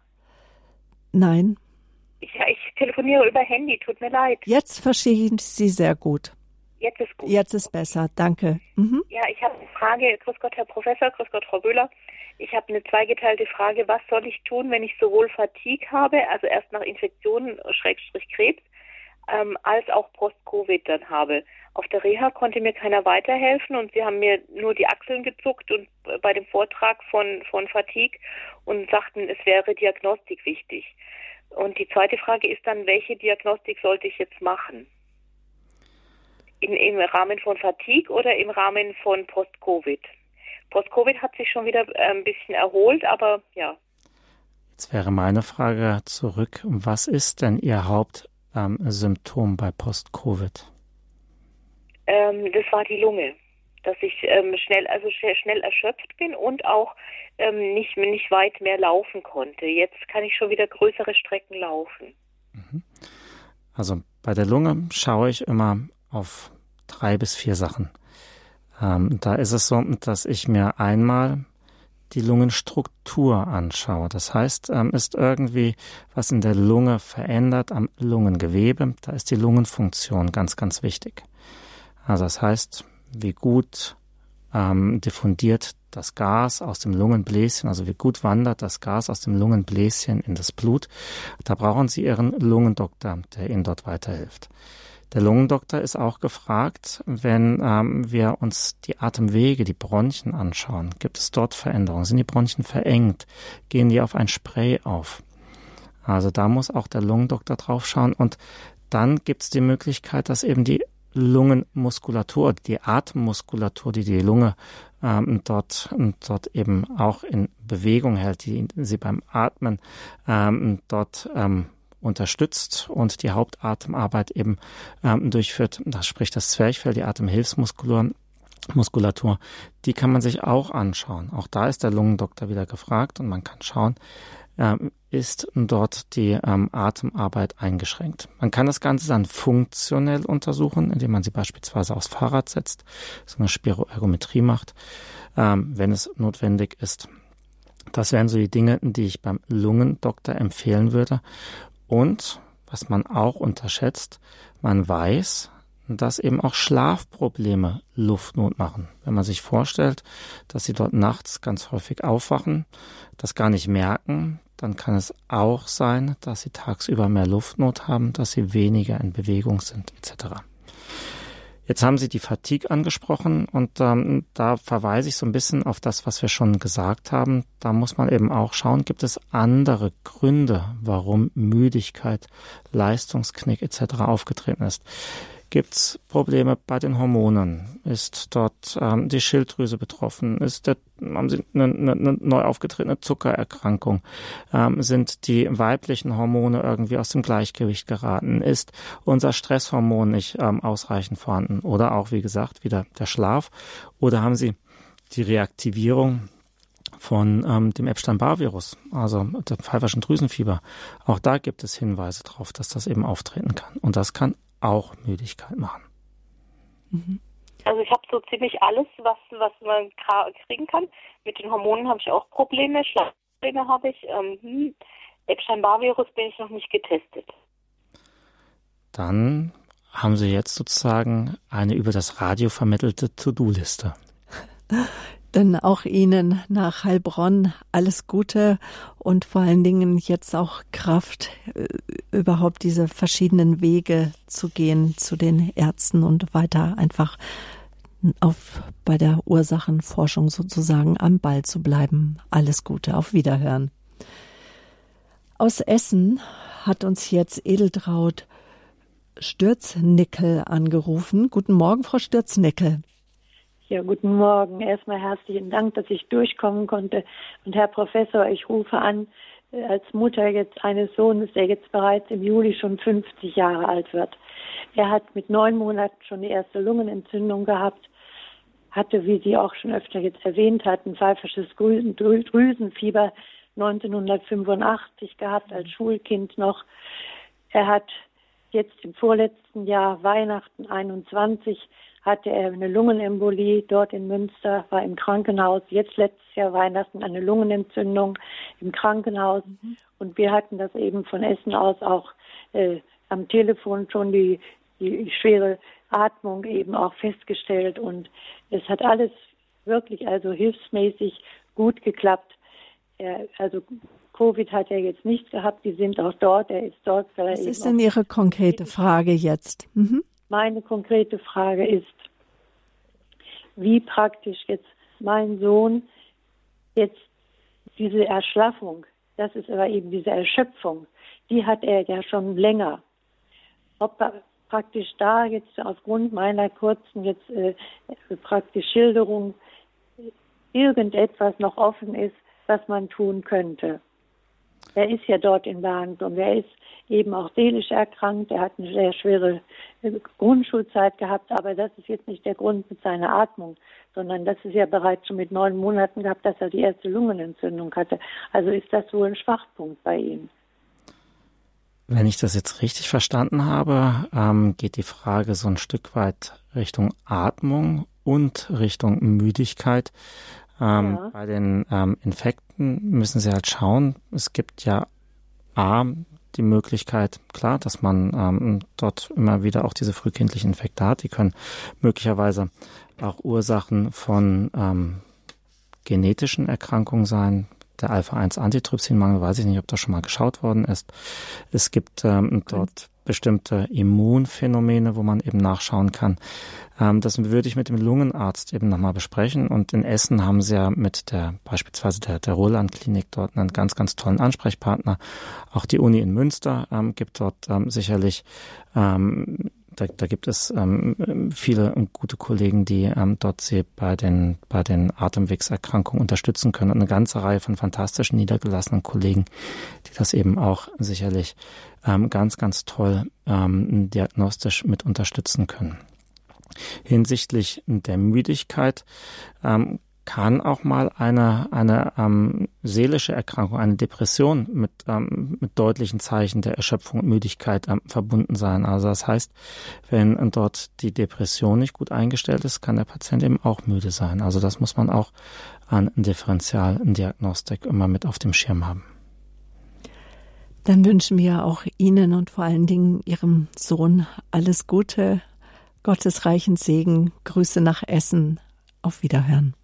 Nein. Ich telefoniere über Handy, tut mir leid. Jetzt verstehe ich Sie sehr gut. Jetzt ist gut. Jetzt ist besser, danke. Mhm. Ja, ich habe eine Frage. Grüß Gott, Herr Professor, grüß Gott, Frau Böhler. Ich habe eine zweigeteilte Frage. Was soll ich tun, wenn ich sowohl Fatigue habe, also erst nach Infektionen, Krebs, als auch Post-Covid dann habe? Auf der Reha konnte mir keiner weiterhelfen und sie haben mir nur die Achseln gezuckt und bei dem Vortrag von Fatigue und sagten, es wäre Diagnostik wichtig. Und die zweite Frage ist dann, welche Diagnostik sollte ich jetzt machen? Im Rahmen von Fatigue oder im Rahmen von Post-Covid? Post-Covid hat sich schon wieder ein bisschen erholt, aber ja. Jetzt wäre meine Frage zurück. Was ist denn Ihr Hauptsymptom bei Post-Covid? Das war die Lunge, dass ich schnell erschöpft bin und auch nicht weit mehr laufen konnte. Jetzt kann ich schon wieder größere Strecken laufen. Also bei der Lunge schaue ich immer auf 3 bis 4 Sachen. Da ist es so, dass ich mir einmal die Lungenstruktur anschaue. Das heißt, ist irgendwie was in der Lunge verändert am Lungengewebe. Da ist die Lungenfunktion ganz, ganz wichtig. Also das heißt, wie gut diffundiert das Gas aus dem Lungenbläschen, also wie gut wandert das Gas aus dem Lungenbläschen in das Blut. Da brauchen Sie Ihren Lungendoktor, der Ihnen dort weiterhilft. Der Lungendoktor ist auch gefragt, wenn wir uns die Atemwege, die Bronchien anschauen. Gibt es dort Veränderungen? Sind die Bronchien verengt? Gehen die auf ein Spray auf? Also da muss auch der Lungendoktor drauf schauen. Und dann gibt es die Möglichkeit, dass eben die Lungenmuskulatur, die Atemmuskulatur, die Lunge dort eben auch in Bewegung hält, die sie beim Atmen dort unterstützt und die Hauptatemarbeit eben durchführt. Das spricht das Zwerchfell, die Atemhilfsmuskulatur, die kann man sich auch anschauen. Auch da ist der Lungendoktor wieder gefragt und man kann schauen, ist dort die Atemarbeit eingeschränkt. Man kann das Ganze dann funktionell untersuchen, indem man sie beispielsweise aufs Fahrrad setzt, so eine Spiroergometrie macht, wenn es notwendig ist. Das wären so die Dinge, die ich beim Lungendoktor empfehlen würde. Und was man auch unterschätzt, man weiß, dass eben auch Schlafprobleme Luftnot machen. Wenn man sich vorstellt, dass sie dort nachts ganz häufig aufwachen, das gar nicht merken, dann kann es auch sein, dass sie tagsüber mehr Luftnot haben, dass sie weniger in Bewegung sind, etc. Jetzt haben Sie die Fatigue angesprochen und da verweise ich so ein bisschen auf das, was wir schon gesagt haben. Da muss man eben auch schauen, gibt es andere Gründe, warum Müdigkeit, Leistungsknick etc. aufgetreten ist. Gibt es Probleme bei den Hormonen? Ist dort die Schilddrüse betroffen? Haben Sie eine neu aufgetretene Zuckererkrankung? Sind die weiblichen Hormone irgendwie aus dem Gleichgewicht geraten? Ist unser Stresshormon nicht ausreichend vorhanden? Oder auch, wie gesagt, wieder der Schlaf? Oder haben Sie die Reaktivierung von dem Epstein-Barr-Virus, also dem Pfeifferschen Drüsenfieber? Auch da gibt es Hinweise darauf, dass das eben auftreten kann. Und das kann auch Müdigkeit machen. Also ich habe so ziemlich alles, was man kriegen kann. Mit den Hormonen habe ich auch Probleme, Schlafprobleme habe ich. Epstein-Barr-Virus bin ich noch nicht getestet. Dann haben Sie jetzt sozusagen eine über das Radio vermittelte To-Do-Liste. Dann auch Ihnen nach Heilbronn alles Gute und vor allen Dingen jetzt auch Kraft, überhaupt diese verschiedenen Wege zu gehen zu den Ärzten und weiter einfach bei der Ursachenforschung sozusagen am Ball zu bleiben. Alles Gute, auf Wiederhören. Aus Essen hat uns jetzt Edeltraud Stürznickel angerufen. Guten Morgen, Frau Stürznickel. Ja, guten Morgen. Erstmal herzlichen Dank, dass ich durchkommen konnte. Und Herr Professor, ich rufe an als Mutter jetzt eines Sohnes, der jetzt bereits im Juli schon 50 Jahre alt wird. Er hat mit 9 Monaten schon die erste Lungenentzündung gehabt, hatte, wie Sie auch schon öfter jetzt erwähnt hatten, pfeiffersches Drüsenfieber 1985 gehabt, als Schulkind noch. Er hat jetzt im vorletzten Jahr, Weihnachten 21, hatte er eine Lungenembolie dort in Münster, war im Krankenhaus. Jetzt letztes Jahr Weihnachten eine Lungenentzündung im Krankenhaus. Und wir hatten das eben von Essen aus auch am Telefon schon die schwere Atmung eben auch festgestellt. Und es hat alles wirklich also hilfsmäßig gut geklappt. Also Covid hat er jetzt nicht gehabt. Die sind auch dort. Er ist dort. Was ist denn Ihre konkrete Frage jetzt? Meine konkrete Frage ist, wie praktisch jetzt mein Sohn jetzt diese Erschlaffung, das ist aber eben diese Erschöpfung, die hat er ja schon länger. Ob er praktisch da jetzt aufgrund meiner kurzen jetzt praktisch Schilderung irgendetwas noch offen ist, was man tun könnte. Er ist ja dort in Behandlung. Er ist eben auch seelisch erkrankt. Er hat eine sehr schwere Grundschulzeit gehabt. Aber das ist jetzt nicht der Grund mit seiner Atmung, sondern das ist ja bereits schon mit 9 Monaten gehabt, dass er die erste Lungenentzündung hatte. Also ist das wohl ein Schwachpunkt bei ihm. Wenn ich das jetzt richtig verstanden habe, geht die Frage so ein Stück weit Richtung Atmung und Richtung Müdigkeit. Ja. Bei den Infekten müssen Sie halt schauen, es gibt ja die Möglichkeit, klar, dass man dort immer wieder auch diese frühkindlichen Infekte hat. Die können möglicherweise auch Ursachen von genetischen Erkrankungen sein. Der Alpha-1-Antitrypsinmangel, weiß ich nicht, ob das schon mal geschaut worden ist. Es gibt dort bestimmte Immunphänomene, wo man eben nachschauen kann. Das würde ich mit dem Lungenarzt eben nochmal besprechen. Und in Essen haben sie ja mit beispielsweise der Roland-Klinik dort einen ganz, ganz tollen Ansprechpartner. Auch die Uni in Münster gibt dort sicherlich Da gibt es viele gute Kollegen, die dort sie bei den Atemwegserkrankungen unterstützen können und eine ganze Reihe von fantastischen niedergelassenen Kollegen, die das eben auch sicherlich ganz, ganz toll diagnostisch mit unterstützen können. Hinsichtlich der Müdigkeit kann auch mal eine seelische Erkrankung, eine Depression mit deutlichen Zeichen der Erschöpfung und Müdigkeit verbunden sein. Also das heißt, wenn dort die Depression nicht gut eingestellt ist, kann der Patient eben auch müde sein. Also das muss man auch an Differentialdiagnostik immer mit auf dem Schirm haben. Dann wünschen wir auch Ihnen und vor allen Dingen Ihrem Sohn alles Gute, Gottes reichen Segen, Grüße nach Essen, auf Wiederhören.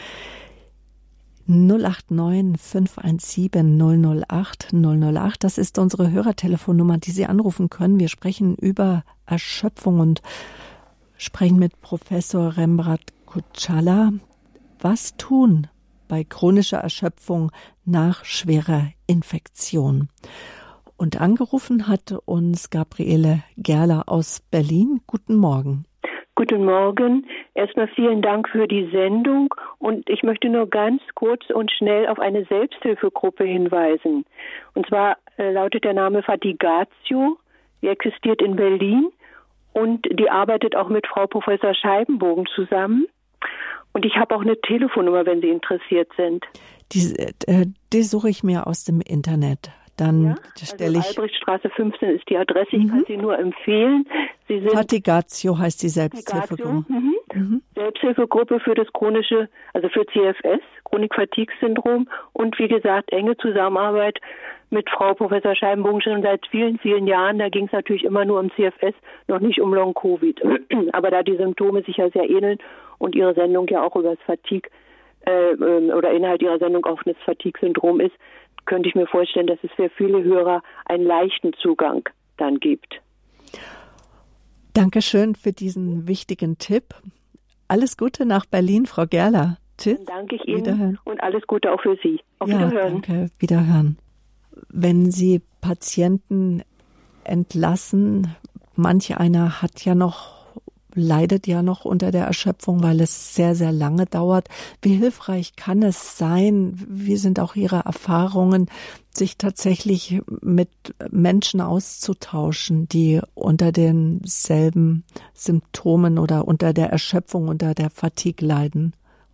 089 517 008 008, das ist unsere Hörertelefonnummer, die Sie anrufen können. Wir sprechen über Erschöpfung und sprechen mit Professor Rembrandt Kutsala. Was tun bei chronischer Erschöpfung nach schwerer Infektion? Und angerufen hat uns Gabriele Gerler aus Berlin. Guten Morgen. Guten Morgen. Erstmal vielen Dank für die Sendung und ich möchte nur ganz kurz und schnell auf eine Selbsthilfegruppe hinweisen. Und zwar lautet der Name Fatigatio, die existiert in Berlin und die arbeitet auch mit Frau Professor Scheibenbogen zusammen. Und ich habe auch eine Telefonnummer, wenn Sie interessiert sind. Die suche ich mir aus dem Internet. Dann stelle ich. Albrechtstraße 15 ist die Adresse. Ich kann sie nur empfehlen. Sie sind Fatigatio heißt die Selbsthilfegruppe. Selbsthilfegruppe für das chronische, also für CFS, Chronik-Fatigue-Syndrom und wie gesagt enge Zusammenarbeit mit Frau Professor Scheibenbogen schon seit vielen, vielen Jahren. Da ging es natürlich immer nur um CFS, noch nicht um Long-Covid. Aber da die Symptome sich ja sehr ähneln und Ihre Sendung ja auch über das Fatigue oder Inhalt Ihrer Sendung auch das Fatigue-Syndrom ist, könnte ich mir vorstellen, dass es für viele Hörer einen leichten Zugang dann gibt. Dankeschön für diesen wichtigen Tipp. Alles Gute nach Berlin, Frau Gerler. Tschüss. Dann danke ich Ihnen und alles Gute auch für Sie. Auf Wiederhören. Danke. Wiederhören. Wenn Sie Patienten entlassen, manch einer leidet ja noch unter der Erschöpfung, weil es sehr, sehr lange dauert. Wie hilfreich kann es sein? Wie sind auch Ihre Erfahrungen, sich tatsächlich mit Menschen auszutauschen, die unter denselben Symptomen oder unter der Erschöpfung, unter Fatigue leiden?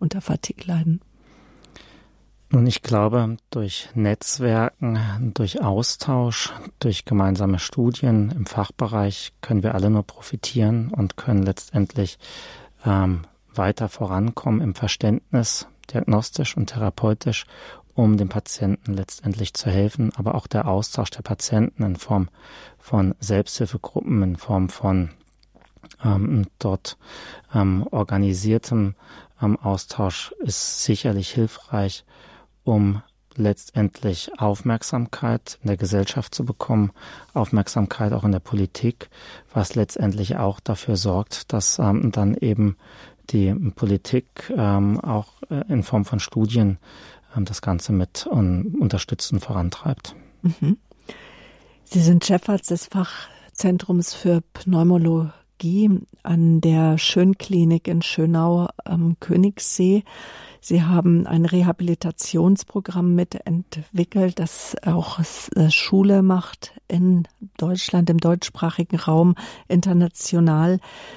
Nun, ich glaube, durch Netzwerken, durch Austausch, durch gemeinsame Studien im Fachbereich können wir alle nur profitieren und können letztendlich weiter vorankommen im Verständnis, diagnostisch und therapeutisch, um dem Patienten letztendlich zu helfen. Aber auch der Austausch der Patienten in Form von Selbsthilfegruppen, in Form von dort organisiertem Austausch ist sicherlich hilfreich, um letztendlich Aufmerksamkeit in der Gesellschaft zu bekommen, Aufmerksamkeit auch in der Politik, was letztendlich auch dafür sorgt, dass dann eben die Politik auch in Form von Studien das Ganze mit unterstützen, vorantreibt. Mhm. Sie sind Chefarzt des Fachzentrums für Pneumologie an der Schönklinik in Schönau am Königssee. Sie haben ein Rehabilitationsprogramm mitentwickelt, das auch Schule macht in Deutschland, im deutschsprachigen Raum, international.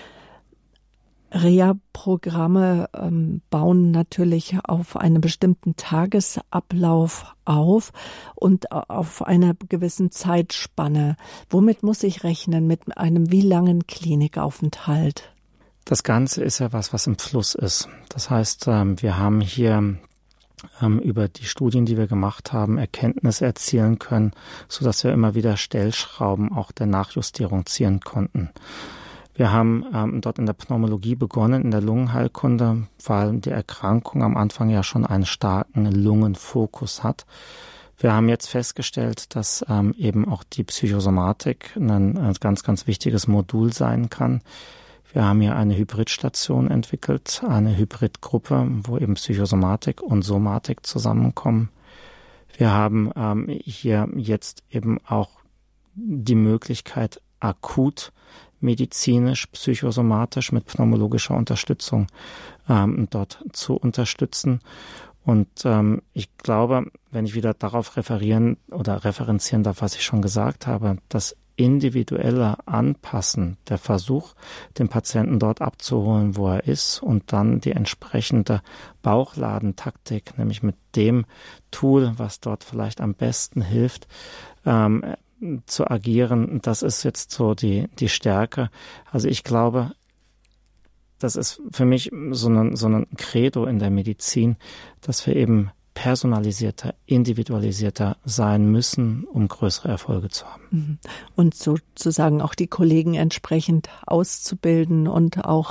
Reha-Programme bauen natürlich auf einen bestimmten Tagesablauf auf und auf einer gewissen Zeitspanne. Womit muss ich rechnen? Mit einem wie langen Klinikaufenthalt? Das Ganze ist ja was im Fluss ist. Das heißt, wir haben hier über die Studien, die wir gemacht haben, Erkenntnisse erzielen können, sodass wir immer wieder Stellschrauben auch der Nachjustierung ziehen konnten. Wir haben dort in der Pneumologie begonnen, in der Lungenheilkunde, weil die Erkrankung am Anfang ja schon einen starken Lungenfokus hat. Wir haben jetzt festgestellt, dass eben auch die Psychosomatik ein ganz, ganz wichtiges Modul sein kann. Wir haben hier eine Hybridstation entwickelt, eine Hybridgruppe, wo eben Psychosomatik und Somatik zusammenkommen. Wir haben hier jetzt eben auch die Möglichkeit, akut medizinisch, psychosomatisch mit pneumologischer Unterstützung dort zu unterstützen. Und ich glaube, wenn ich wieder darauf referenzieren darf, was ich schon gesagt habe, das individuelle Anpassen, der Versuch, den Patienten dort abzuholen, wo er ist, und dann die entsprechende Bauchladentaktik, nämlich mit dem Tool, was dort vielleicht am besten hilft, zu agieren, das ist jetzt so die Stärke. Also ich glaube, das ist für mich so ein Credo in der Medizin, dass wir eben personalisierter, individualisierter sein müssen, um größere Erfolge zu haben. Und sozusagen auch die Kollegen entsprechend auszubilden und auch,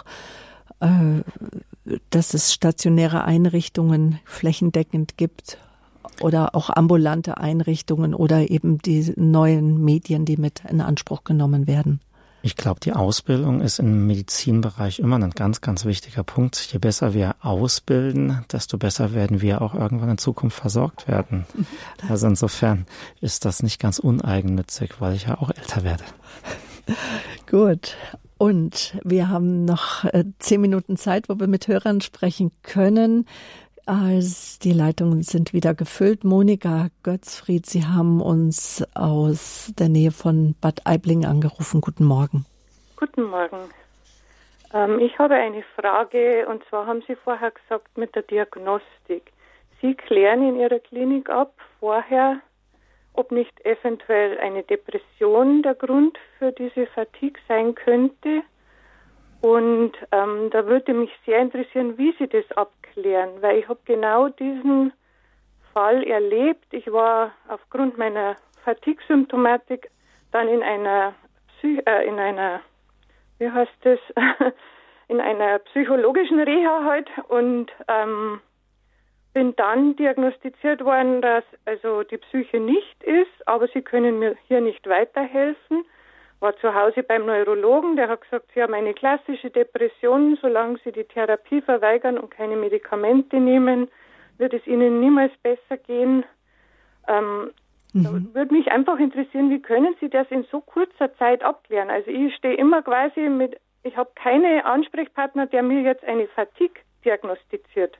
dass es stationäre Einrichtungen flächendeckend gibt oder auch ambulante Einrichtungen oder eben die neuen Medien, die mit in Anspruch genommen werden. Ich glaube, die Ausbildung ist im Medizinbereich immer ein ganz, ganz wichtiger Punkt. Je besser wir ausbilden, desto besser werden wir auch irgendwann in Zukunft versorgt werden. Also insofern ist das nicht ganz uneigennützig, weil ich ja auch älter werde. Gut. Und wir haben noch 10 Minuten Zeit, wo wir mit Hörern sprechen können. Die Leitungen sind wieder gefüllt. Monika Götzfried, Sie haben uns aus der Nähe von Bad Aibling angerufen. Guten Morgen. Guten Morgen. Ich habe eine Frage, und zwar haben Sie vorher gesagt mit der Diagnostik. Sie klären in Ihrer Klinik ab vorher, ob nicht eventuell eine Depression der Grund für diese Fatigue sein könnte. Und da würde mich sehr interessieren, wie Sie das abklären, weil ich habe genau diesen Fall erlebt. Ich war aufgrund meiner Fatigue-Symptomatik dann in einer psychologischen Reha halt und bin dann diagnostiziert worden, dass also die Psyche nicht ist, aber Sie können mir hier nicht weiterhelfen. War zu Hause beim Neurologen, der hat gesagt, Sie haben eine klassische Depression, solange Sie die Therapie verweigern und keine Medikamente nehmen, wird es Ihnen niemals besser gehen. Da würde mich einfach interessieren, wie können Sie das in so kurzer Zeit abklären? Also ich stehe immer quasi ich habe keinen Ansprechpartner, der mir jetzt eine Fatigue diagnostiziert.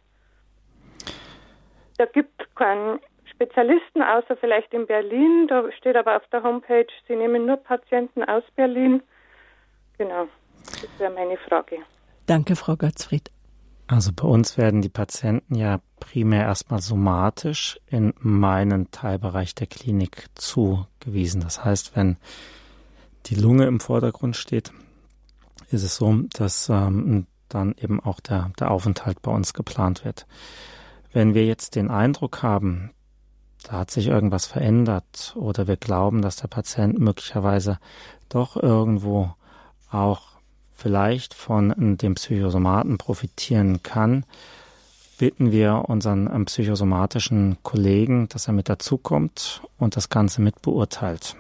Da gibt es keinen Spezialisten, außer vielleicht in Berlin. Da steht aber auf der Homepage, Sie nehmen nur Patienten aus Berlin. Genau, das wäre meine Frage. Danke, Frau Götzfried. Also bei uns werden die Patienten ja primär erstmal somatisch in meinen Teilbereich der Klinik zugewiesen. Das heißt, wenn die Lunge im Vordergrund steht, ist es so, dass dann eben auch der Aufenthalt bei uns geplant wird. Wenn wir jetzt den Eindruck haben, da hat sich irgendwas verändert oder wir glauben, dass der Patient möglicherweise doch irgendwo auch vielleicht von dem Psychosomaten profitieren kann, bitten wir unseren psychosomatischen Kollegen, dass er mit dazukommt und das Ganze mit beurteilt.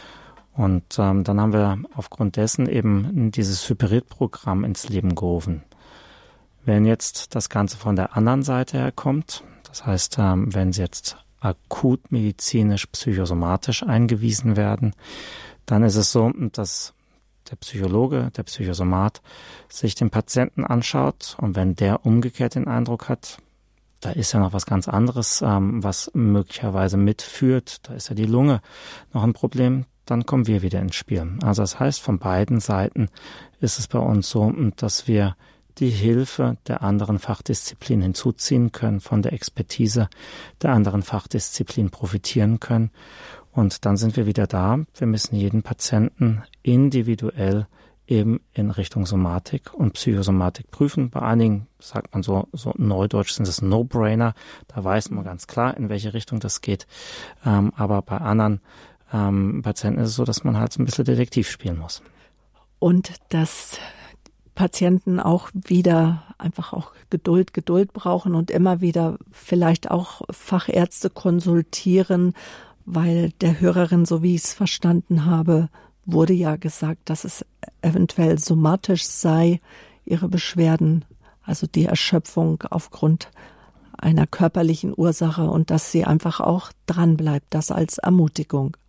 Und dann haben wir aufgrund dessen eben dieses Hybridprogramm ins Leben gerufen. Wenn jetzt das Ganze von der anderen Seite her kommt, das heißt, wenn Sie jetzt akut medizinisch, psychosomatisch eingewiesen werden, dann ist es so, dass der Psychologe, der Psychosomat sich den Patienten anschaut und wenn der umgekehrt den Eindruck hat, da ist ja noch was ganz anderes, was möglicherweise mitführt, da ist ja die Lunge noch ein Problem, dann kommen wir wieder ins Spiel. Also das heißt, von beiden Seiten ist es bei uns so, dass wir die Hilfe der anderen Fachdisziplin hinzuziehen können, von der Expertise der anderen Fachdisziplin profitieren können. Und dann sind wir wieder da. Wir müssen jeden Patienten individuell eben in Richtung Somatik und Psychosomatik prüfen. Bei einigen sagt man so neudeutsch sind es No-Brainer. Da weiß man ganz klar, in welche Richtung das geht. Aber bei anderen Patienten ist es so, dass man halt ein bisschen Detektiv spielen muss. Und dass Patienten auch wieder einfach auch Geduld brauchen und immer wieder vielleicht auch Fachärzte konsultieren, weil der Hörerin, so wie ich es verstanden habe, wurde ja gesagt, dass es eventuell somatisch sei, ihre Beschwerden, also die Erschöpfung aufgrund einer körperlichen Ursache und dass sie einfach auch dran bleibt, das als Ermutigung.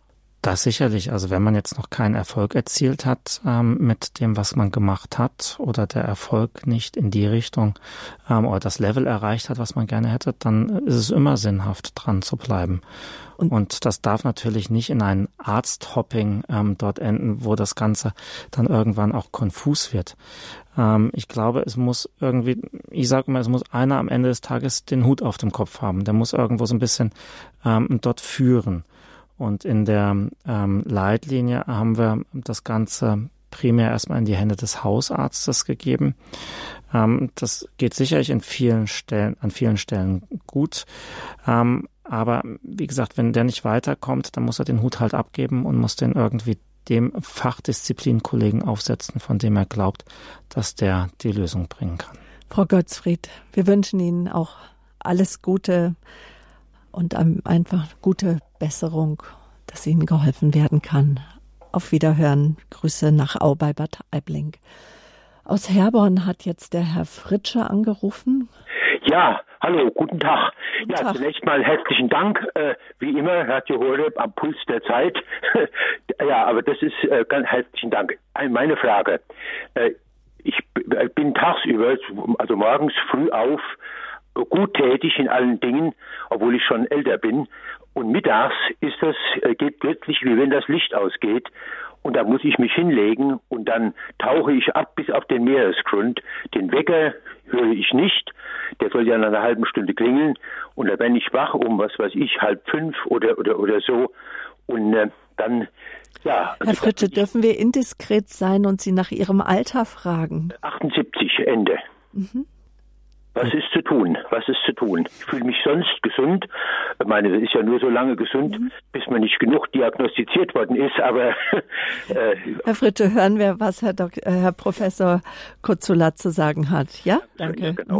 Das sicherlich. Also wenn man jetzt noch keinen Erfolg erzielt hat mit dem, was man gemacht hat, oder der Erfolg nicht in die Richtung oder das Level erreicht hat, was man gerne hätte, dann ist es immer sinnhaft, dran zu bleiben. Und das darf natürlich nicht in ein Arzthopping dort enden, wo das Ganze dann irgendwann auch konfus wird. Ich glaube, es muss irgendwie, ich sage immer, es muss einer am Ende des Tages den Hut auf dem Kopf haben. Der muss irgendwo so ein bisschen dort führen. Und in der Leitlinie haben wir das Ganze primär erstmal in die Hände des Hausarztes gegeben. Das geht sicherlich an vielen Stellen gut. Aber wie gesagt, wenn der nicht weiterkommt, dann muss er den Hut halt abgeben und muss den irgendwie dem Fachdisziplin-Kollegen aufsetzen, von dem er glaubt, dass der die Lösung bringen kann. Frau Gottfried, wir wünschen Ihnen auch alles Gute und einfach gute Besserung, dass Ihnen geholfen werden kann. Auf Wiederhören. Grüße nach Au bei Bad Aibling. Aus Herborn hat jetzt der Herr Fritsche angerufen. Ja, hallo, guten Tag. Guten Tag. Zunächst mal herzlichen Dank. Wie immer, Radio Horeb am Puls der Zeit. Ja, aber das ist ganz herzlichen Dank. Meine Frage. Ich bin tagsüber, also morgens früh auf, gut tätig in allen Dingen, obwohl ich schon älter bin. Und mittags geht plötzlich, wie wenn das Licht ausgeht. Und da muss ich mich hinlegen und dann tauche ich ab bis auf den Meeresgrund. Den Wecker höre ich nicht. Der soll ja nach einer halben Stunde klingeln. Und da bin ich wach um, 4:30 oder so. Und dann, ja. Herr Fritsche, dürfen wir indiskret sein und Sie nach Ihrem Alter fragen? 78, Ende. Mhm. Was ist zu tun? Ich fühle mich sonst gesund. Ich meine, das ist ja nur so lange gesund, bis man nicht genug diagnostiziert worden ist. Aber Herr Fritsche, hören wir, was Herr Professor Kurzula zu sagen hat. Ja, danke. Ja, genau.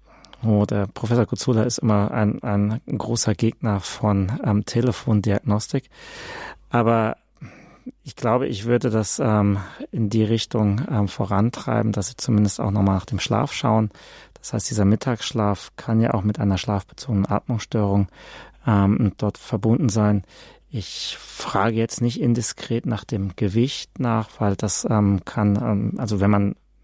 Der Professor Kurzula ist immer ein großer Gegner von Telefondiagnostik. Aber ich glaube, ich würde das in die Richtung vorantreiben, dass Sie zumindest auch nochmal nach dem Schlaf schauen. Das heißt, dieser Mittagsschlaf kann ja auch mit einer schlafbezogenen Atmungsstörung dort verbunden sein. Ich frage jetzt nicht indiskret nach dem Gewicht nach, weil das kann, also wenn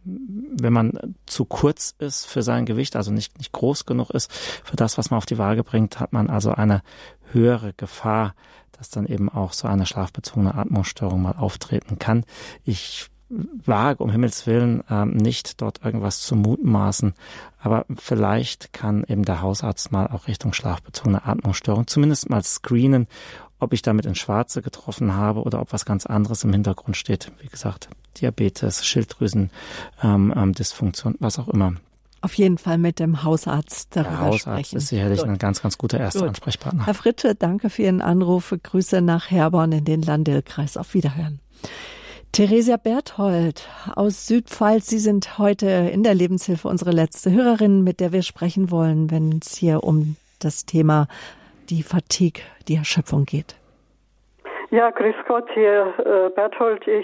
man zu kurz ist für sein Gewicht, also nicht groß genug ist für das, was man auf die Waage bringt, hat man also eine höhere Gefahr, dass dann eben auch so eine schlafbezogene Atmungsstörung mal auftreten kann. Ich wage um Himmels Willen nicht dort irgendwas zu mutmaßen, aber vielleicht kann eben der Hausarzt mal auch Richtung schlafbezogene Atmungsstörung zumindest mal screenen, ob ich damit ins Schwarze getroffen habe oder ob was ganz anderes im Hintergrund steht. Wie gesagt, Diabetes, Schilddrüsen-Dysfunktion, was auch immer. Auf jeden Fall mit dem Hausarzt darüber sprechen. Der Hausarzt ist sicherlich ein ganz, ganz guter erster Ansprechpartner. Herr Fritsche, danke für Ihren Anruf. Grüße nach Herborn in den Landil-Kreis. Auf Wiederhören. Theresia Berthold aus Südpfalz, Sie sind heute in der Lebenshilfe unsere letzte Hörerin, mit der wir sprechen wollen, wenn es hier um das Thema die Fatigue, die Erschöpfung geht. Ja, grüß Gott, hier Berthold. Ich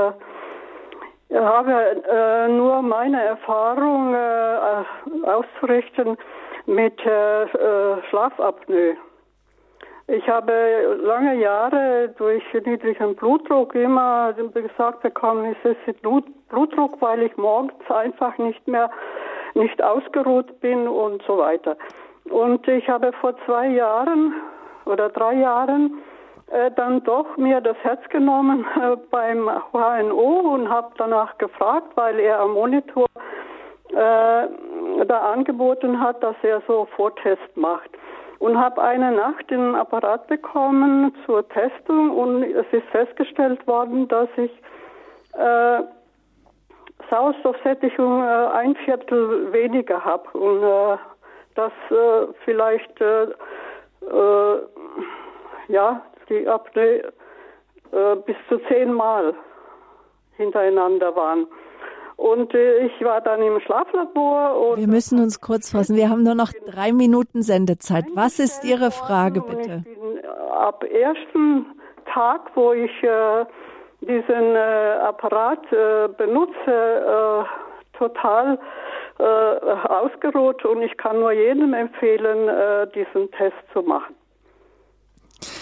habe nur meine Erfahrung auszurichten mit Schlafapnoe. Ich habe lange Jahre durch niedrigen Blutdruck immer gesagt bekommen, es ist Blutdruck, weil ich morgens einfach nicht ausgeruht bin und so weiter. Und ich habe vor 2 Jahren oder 3 Jahren dann doch mir das Herz genommen beim HNO und habe danach gefragt, weil er am Monitor da angeboten hat, dass er so Vortest macht. Und habe eine Nacht den Apparat bekommen zur Testung und es ist festgestellt worden, dass ich Sauerstoffsättigung 1/4 weniger habe und das vielleicht die Apnoe bis zu 10 Mal hintereinander waren. Und ich war dann im Schlaflabor. Und wir müssen uns kurz fassen. Wir haben nur noch 3 Minuten Sendezeit. Was ist Ihre Frage, bitte? Ich bin ab ersten Tag, wo ich diesen Apparat benutze, total ausgeruht. Und ich kann nur jedem empfehlen, diesen Test zu machen.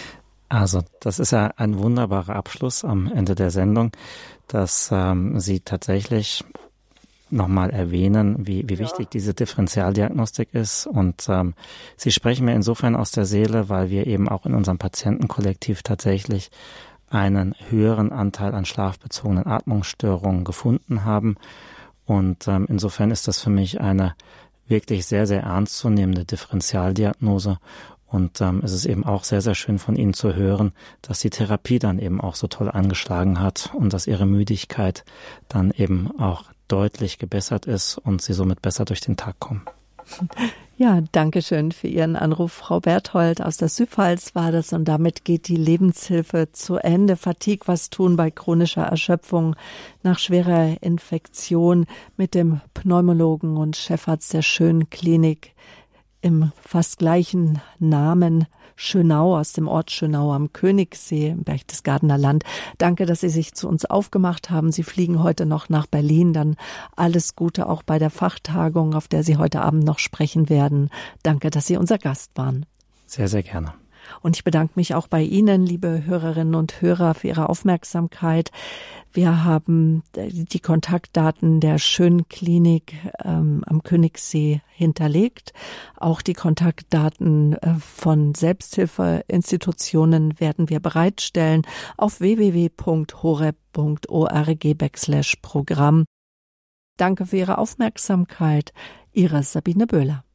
Also das ist ja ein wunderbarer Abschluss am Ende der Sendung, dass Sie tatsächlich nochmal erwähnen, wie wichtig diese Differentialdiagnostik ist. Und Sie sprechen mir insofern aus der Seele, weil wir eben auch in unserem Patientenkollektiv tatsächlich einen höheren Anteil an schlafbezogenen Atmungsstörungen gefunden haben. Und insofern ist das für mich eine wirklich sehr, sehr ernstzunehmende Differentialdiagnose. Und es ist eben auch sehr, sehr schön von Ihnen zu hören, dass die Therapie dann eben auch so toll angeschlagen hat und dass Ihre Müdigkeit dann eben auch deutlich gebessert ist und Sie somit besser durch den Tag kommen. Ja, danke schön für Ihren Anruf. Frau Berthold aus der Südpfalz war das und damit geht die Lebenshilfe zu Ende. Fatigue, was tun bei chronischer Erschöpfung nach schwerer Infektion mit dem Pneumologen und Chefarzt der Schönen Klinik im fast gleichen Namen Schönau aus dem Ort Schönau am Königssee im Berchtesgadener Land. Danke, dass Sie sich zu uns aufgemacht haben. Sie fliegen heute noch nach Berlin. Dann alles Gute auch bei der Fachtagung, auf der Sie heute Abend noch sprechen werden. Danke, dass Sie unser Gast waren. Sehr, sehr gerne. Und ich bedanke mich auch bei Ihnen, liebe Hörerinnen und Hörer, für Ihre Aufmerksamkeit. Wir haben die Kontaktdaten der Schönen Klinik am Königssee hinterlegt. Auch die Kontaktdaten von Selbsthilfeinstitutionen werden wir bereitstellen auf www.horeb.org/Programm. Danke für Ihre Aufmerksamkeit. Ihre Sabine Böhler.